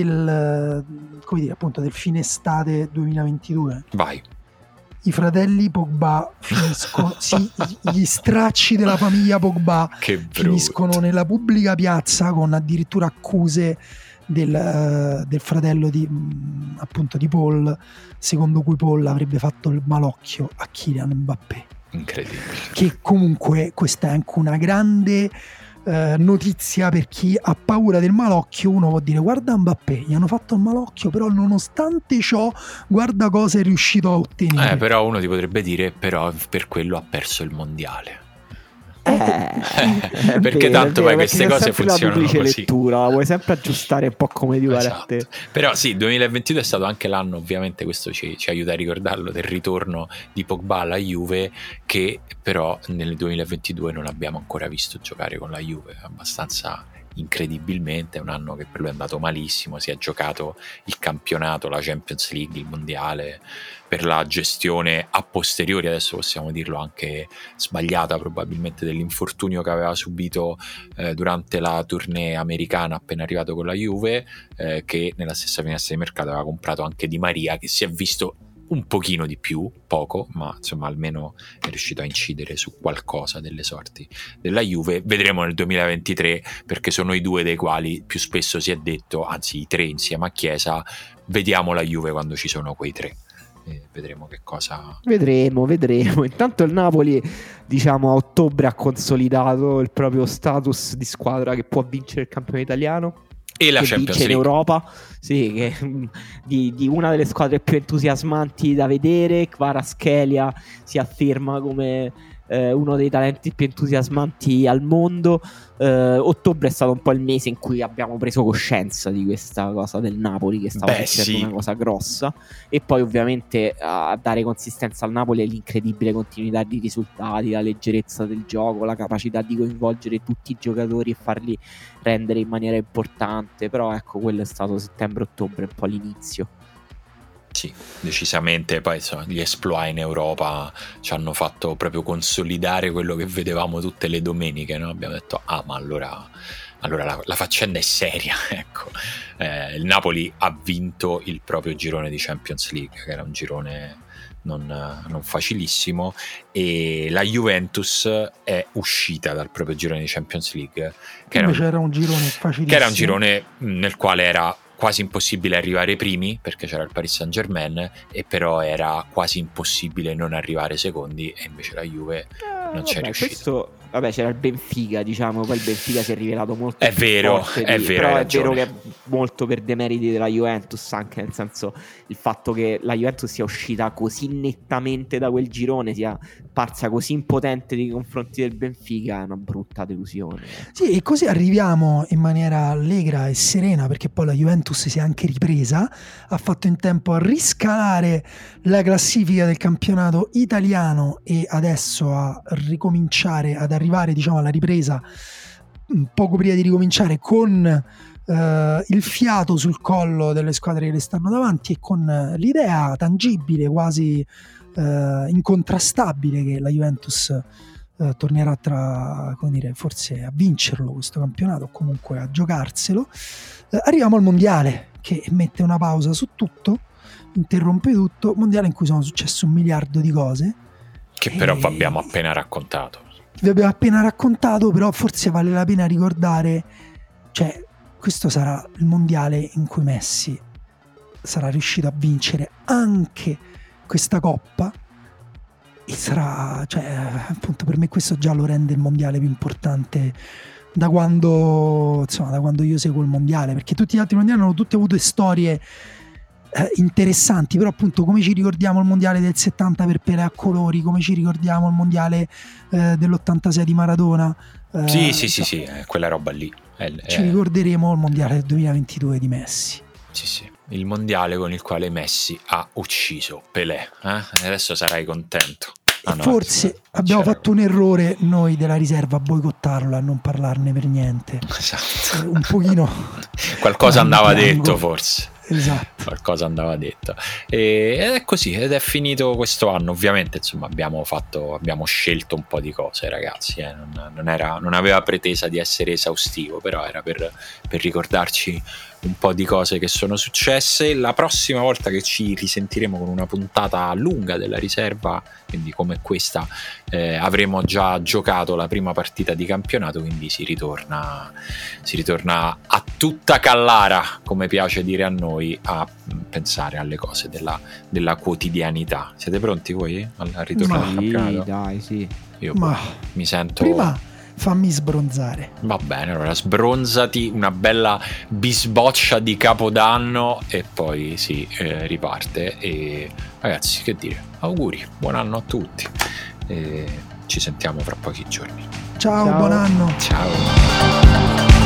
del, come dire, appunto del fine estate duemilaventidue. Vai. I fratelli Pogba finiscono, sì, gli stracci della famiglia Pogba finiscono nella pubblica piazza con addirittura accuse del, del fratello di, appunto, di Paul, secondo cui Paul avrebbe fatto il malocchio a Kylian Mbappé. Incredibile. Che comunque questa è anche una grande eh, notizia per chi ha paura del malocchio. Uno può dire: guarda Mbappé, gli hanno fatto il malocchio, però nonostante ciò guarda cosa è riuscito a ottenere. Eh, però uno ti potrebbe dire: però per quello ha perso il mondiale. Eh, perché vero, tanto vero, poi queste cose funzionano la così. lettura, la vuoi sempre aggiustare un po' come ti pare esatto. a te. Però sì, duemilaventidue è stato anche l'anno, ovviamente questo ci, ci aiuta a ricordarlo, del ritorno di Pogba alla Juve, che però nel duemilaventidue non abbiamo ancora visto giocare con la Juve, abbastanza incredibilmente. È un anno che per lui è andato malissimo, si è giocato il campionato, la Champions League, il mondiale, per la gestione a posteriori, adesso possiamo dirlo anche sbagliata probabilmente, dell'infortunio che aveva subito eh, durante la tournée americana appena arrivato con la Juve, eh, che nella stessa finestra di mercato aveva comprato anche Di Maria, che si è visto un pochino di più, poco, ma insomma almeno è riuscito a incidere su qualcosa delle sorti della Juve. Vedremo nel duemilaventitré, perché sono i due dei quali più spesso si è detto, anzi i tre insieme a Chiesa, vediamo la Juve quando ci sono quei tre. E vedremo che cosa vedremo vedremo intanto il Napoli, diciamo, a ottobre ha consolidato il proprio status di squadra che può vincere il campione italiano e la che Champions vince League in Europa, sì, che, di, di una delle squadre più entusiasmanti da vedere. Kvaratskhelia si afferma come eh, uno dei talenti più entusiasmanti al mondo. eh, ottobre è stato un po' il mese in cui abbiamo preso coscienza di questa cosa del Napoli, che stava facendo sì. una cosa grossa, e poi ovviamente a dare consistenza al Napoli è l'incredibile continuità di risultati, la leggerezza del gioco, la capacità di coinvolgere tutti i giocatori e farli rendere in maniera importante. Però ecco, quello è stato settembre-ottobre, un po' l'inizio. Sì, decisamente. Poi insomma, gli exploit in Europa ci hanno fatto proprio consolidare quello che vedevamo tutte le domeniche, no? Abbiamo detto: ah, ma allora, allora la, la faccenda è seria. Ecco, eh, il Napoli ha vinto il proprio girone di Champions League, che era un girone non, non facilissimo, e la Juventus è uscita dal proprio girone di Champions League, che era un, era un girone facilissimo, che era un girone nel quale era quasi impossibile arrivare primi perché c'era il Paris Saint-Germain, e però era quasi impossibile non arrivare secondi, e invece la Juve eh, non c'è riuscita. Questo, vabbè, c'era il Benfica, diciamo, poi il Benfica si è rivelato molto è vero, forte è di, vero, però è vero che è molto per demeriti della Juventus, anche nel senso il fatto che la Juventus sia uscita così nettamente da quel girone, sia parsa così impotente nei confronti del Benfica, è una brutta delusione. Sì, e così arriviamo in maniera allegra e serena, perché poi la Juventus si è anche ripresa, ha fatto in tempo a riscalare la classifica del campionato italiano e adesso a ricominciare ad arrivare, diciamo, alla ripresa poco prima di ricominciare con uh, il fiato sul collo delle squadre che le stanno davanti, e con l'idea tangibile, quasi uh, incontrastabile, che la Juventus uh, tornerà tra, come dire, forse a vincerlo questo campionato, o comunque a giocarselo. Uh, arriviamo al mondiale, che mette una pausa su tutto, interrompe tutto, mondiale in cui sono successe un miliardo di cose che però vi abbiamo appena raccontato. Vi abbiamo appena raccontato, però forse vale la pena ricordare, cioè questo sarà il mondiale in cui Messi sarà riuscito a vincere anche questa coppa, e sarà, cioè, appunto, per me questo già lo rende il mondiale più importante da quando, insomma, da quando io seguo il mondiale, perché tutti gli altri mondiali hanno tutti avuto storie Eh, interessanti, però appunto come ci ricordiamo il mondiale del settanta per Pelé a colori, come ci ricordiamo il mondiale eh, dell'ottantasei di Maradona, eh, sì sì sì sì, eh, quella roba lì è, ci è... ricorderemo il mondiale del duemilaventidue di Messi. Sì sì, il mondiale con il quale Messi ha ucciso Pelé, eh? Adesso sarai contento. Ah, no, forse abbiamo c'era... fatto un errore noi della riserva a boicottarlo, a non parlarne per niente. Esatto. Eh, un pochino qualcosa andava detto, forse. Esatto. Qualcosa andava detto, e, ed è così, ed è finito questo anno. Ovviamente, insomma, abbiamo fatto, abbiamo scelto un po' di cose, ragazzi, eh. non, non, era, non aveva pretesa di essere esaustivo, però era per, per ricordarci un po' di cose che sono successe. La prossima volta che ci risentiremo con una puntata lunga della riserva, quindi come questa, eh, avremo già giocato la prima partita di campionato, quindi si ritorna, si ritorna a tutta callara, come piace dire a noi, a pensare alle cose della, della quotidianità. Siete pronti voi al ritorno al campionato? Dai, sì. Io Ma mi sento... Prima fammi sbronzare. Va bene, allora sbronzati, una bella bisboccia di Capodanno e poi si eh, riparte. E ragazzi, che dire, auguri, buon anno a tutti, e ci sentiamo fra pochi giorni. Ciao, Ciao. buon anno. Ciao.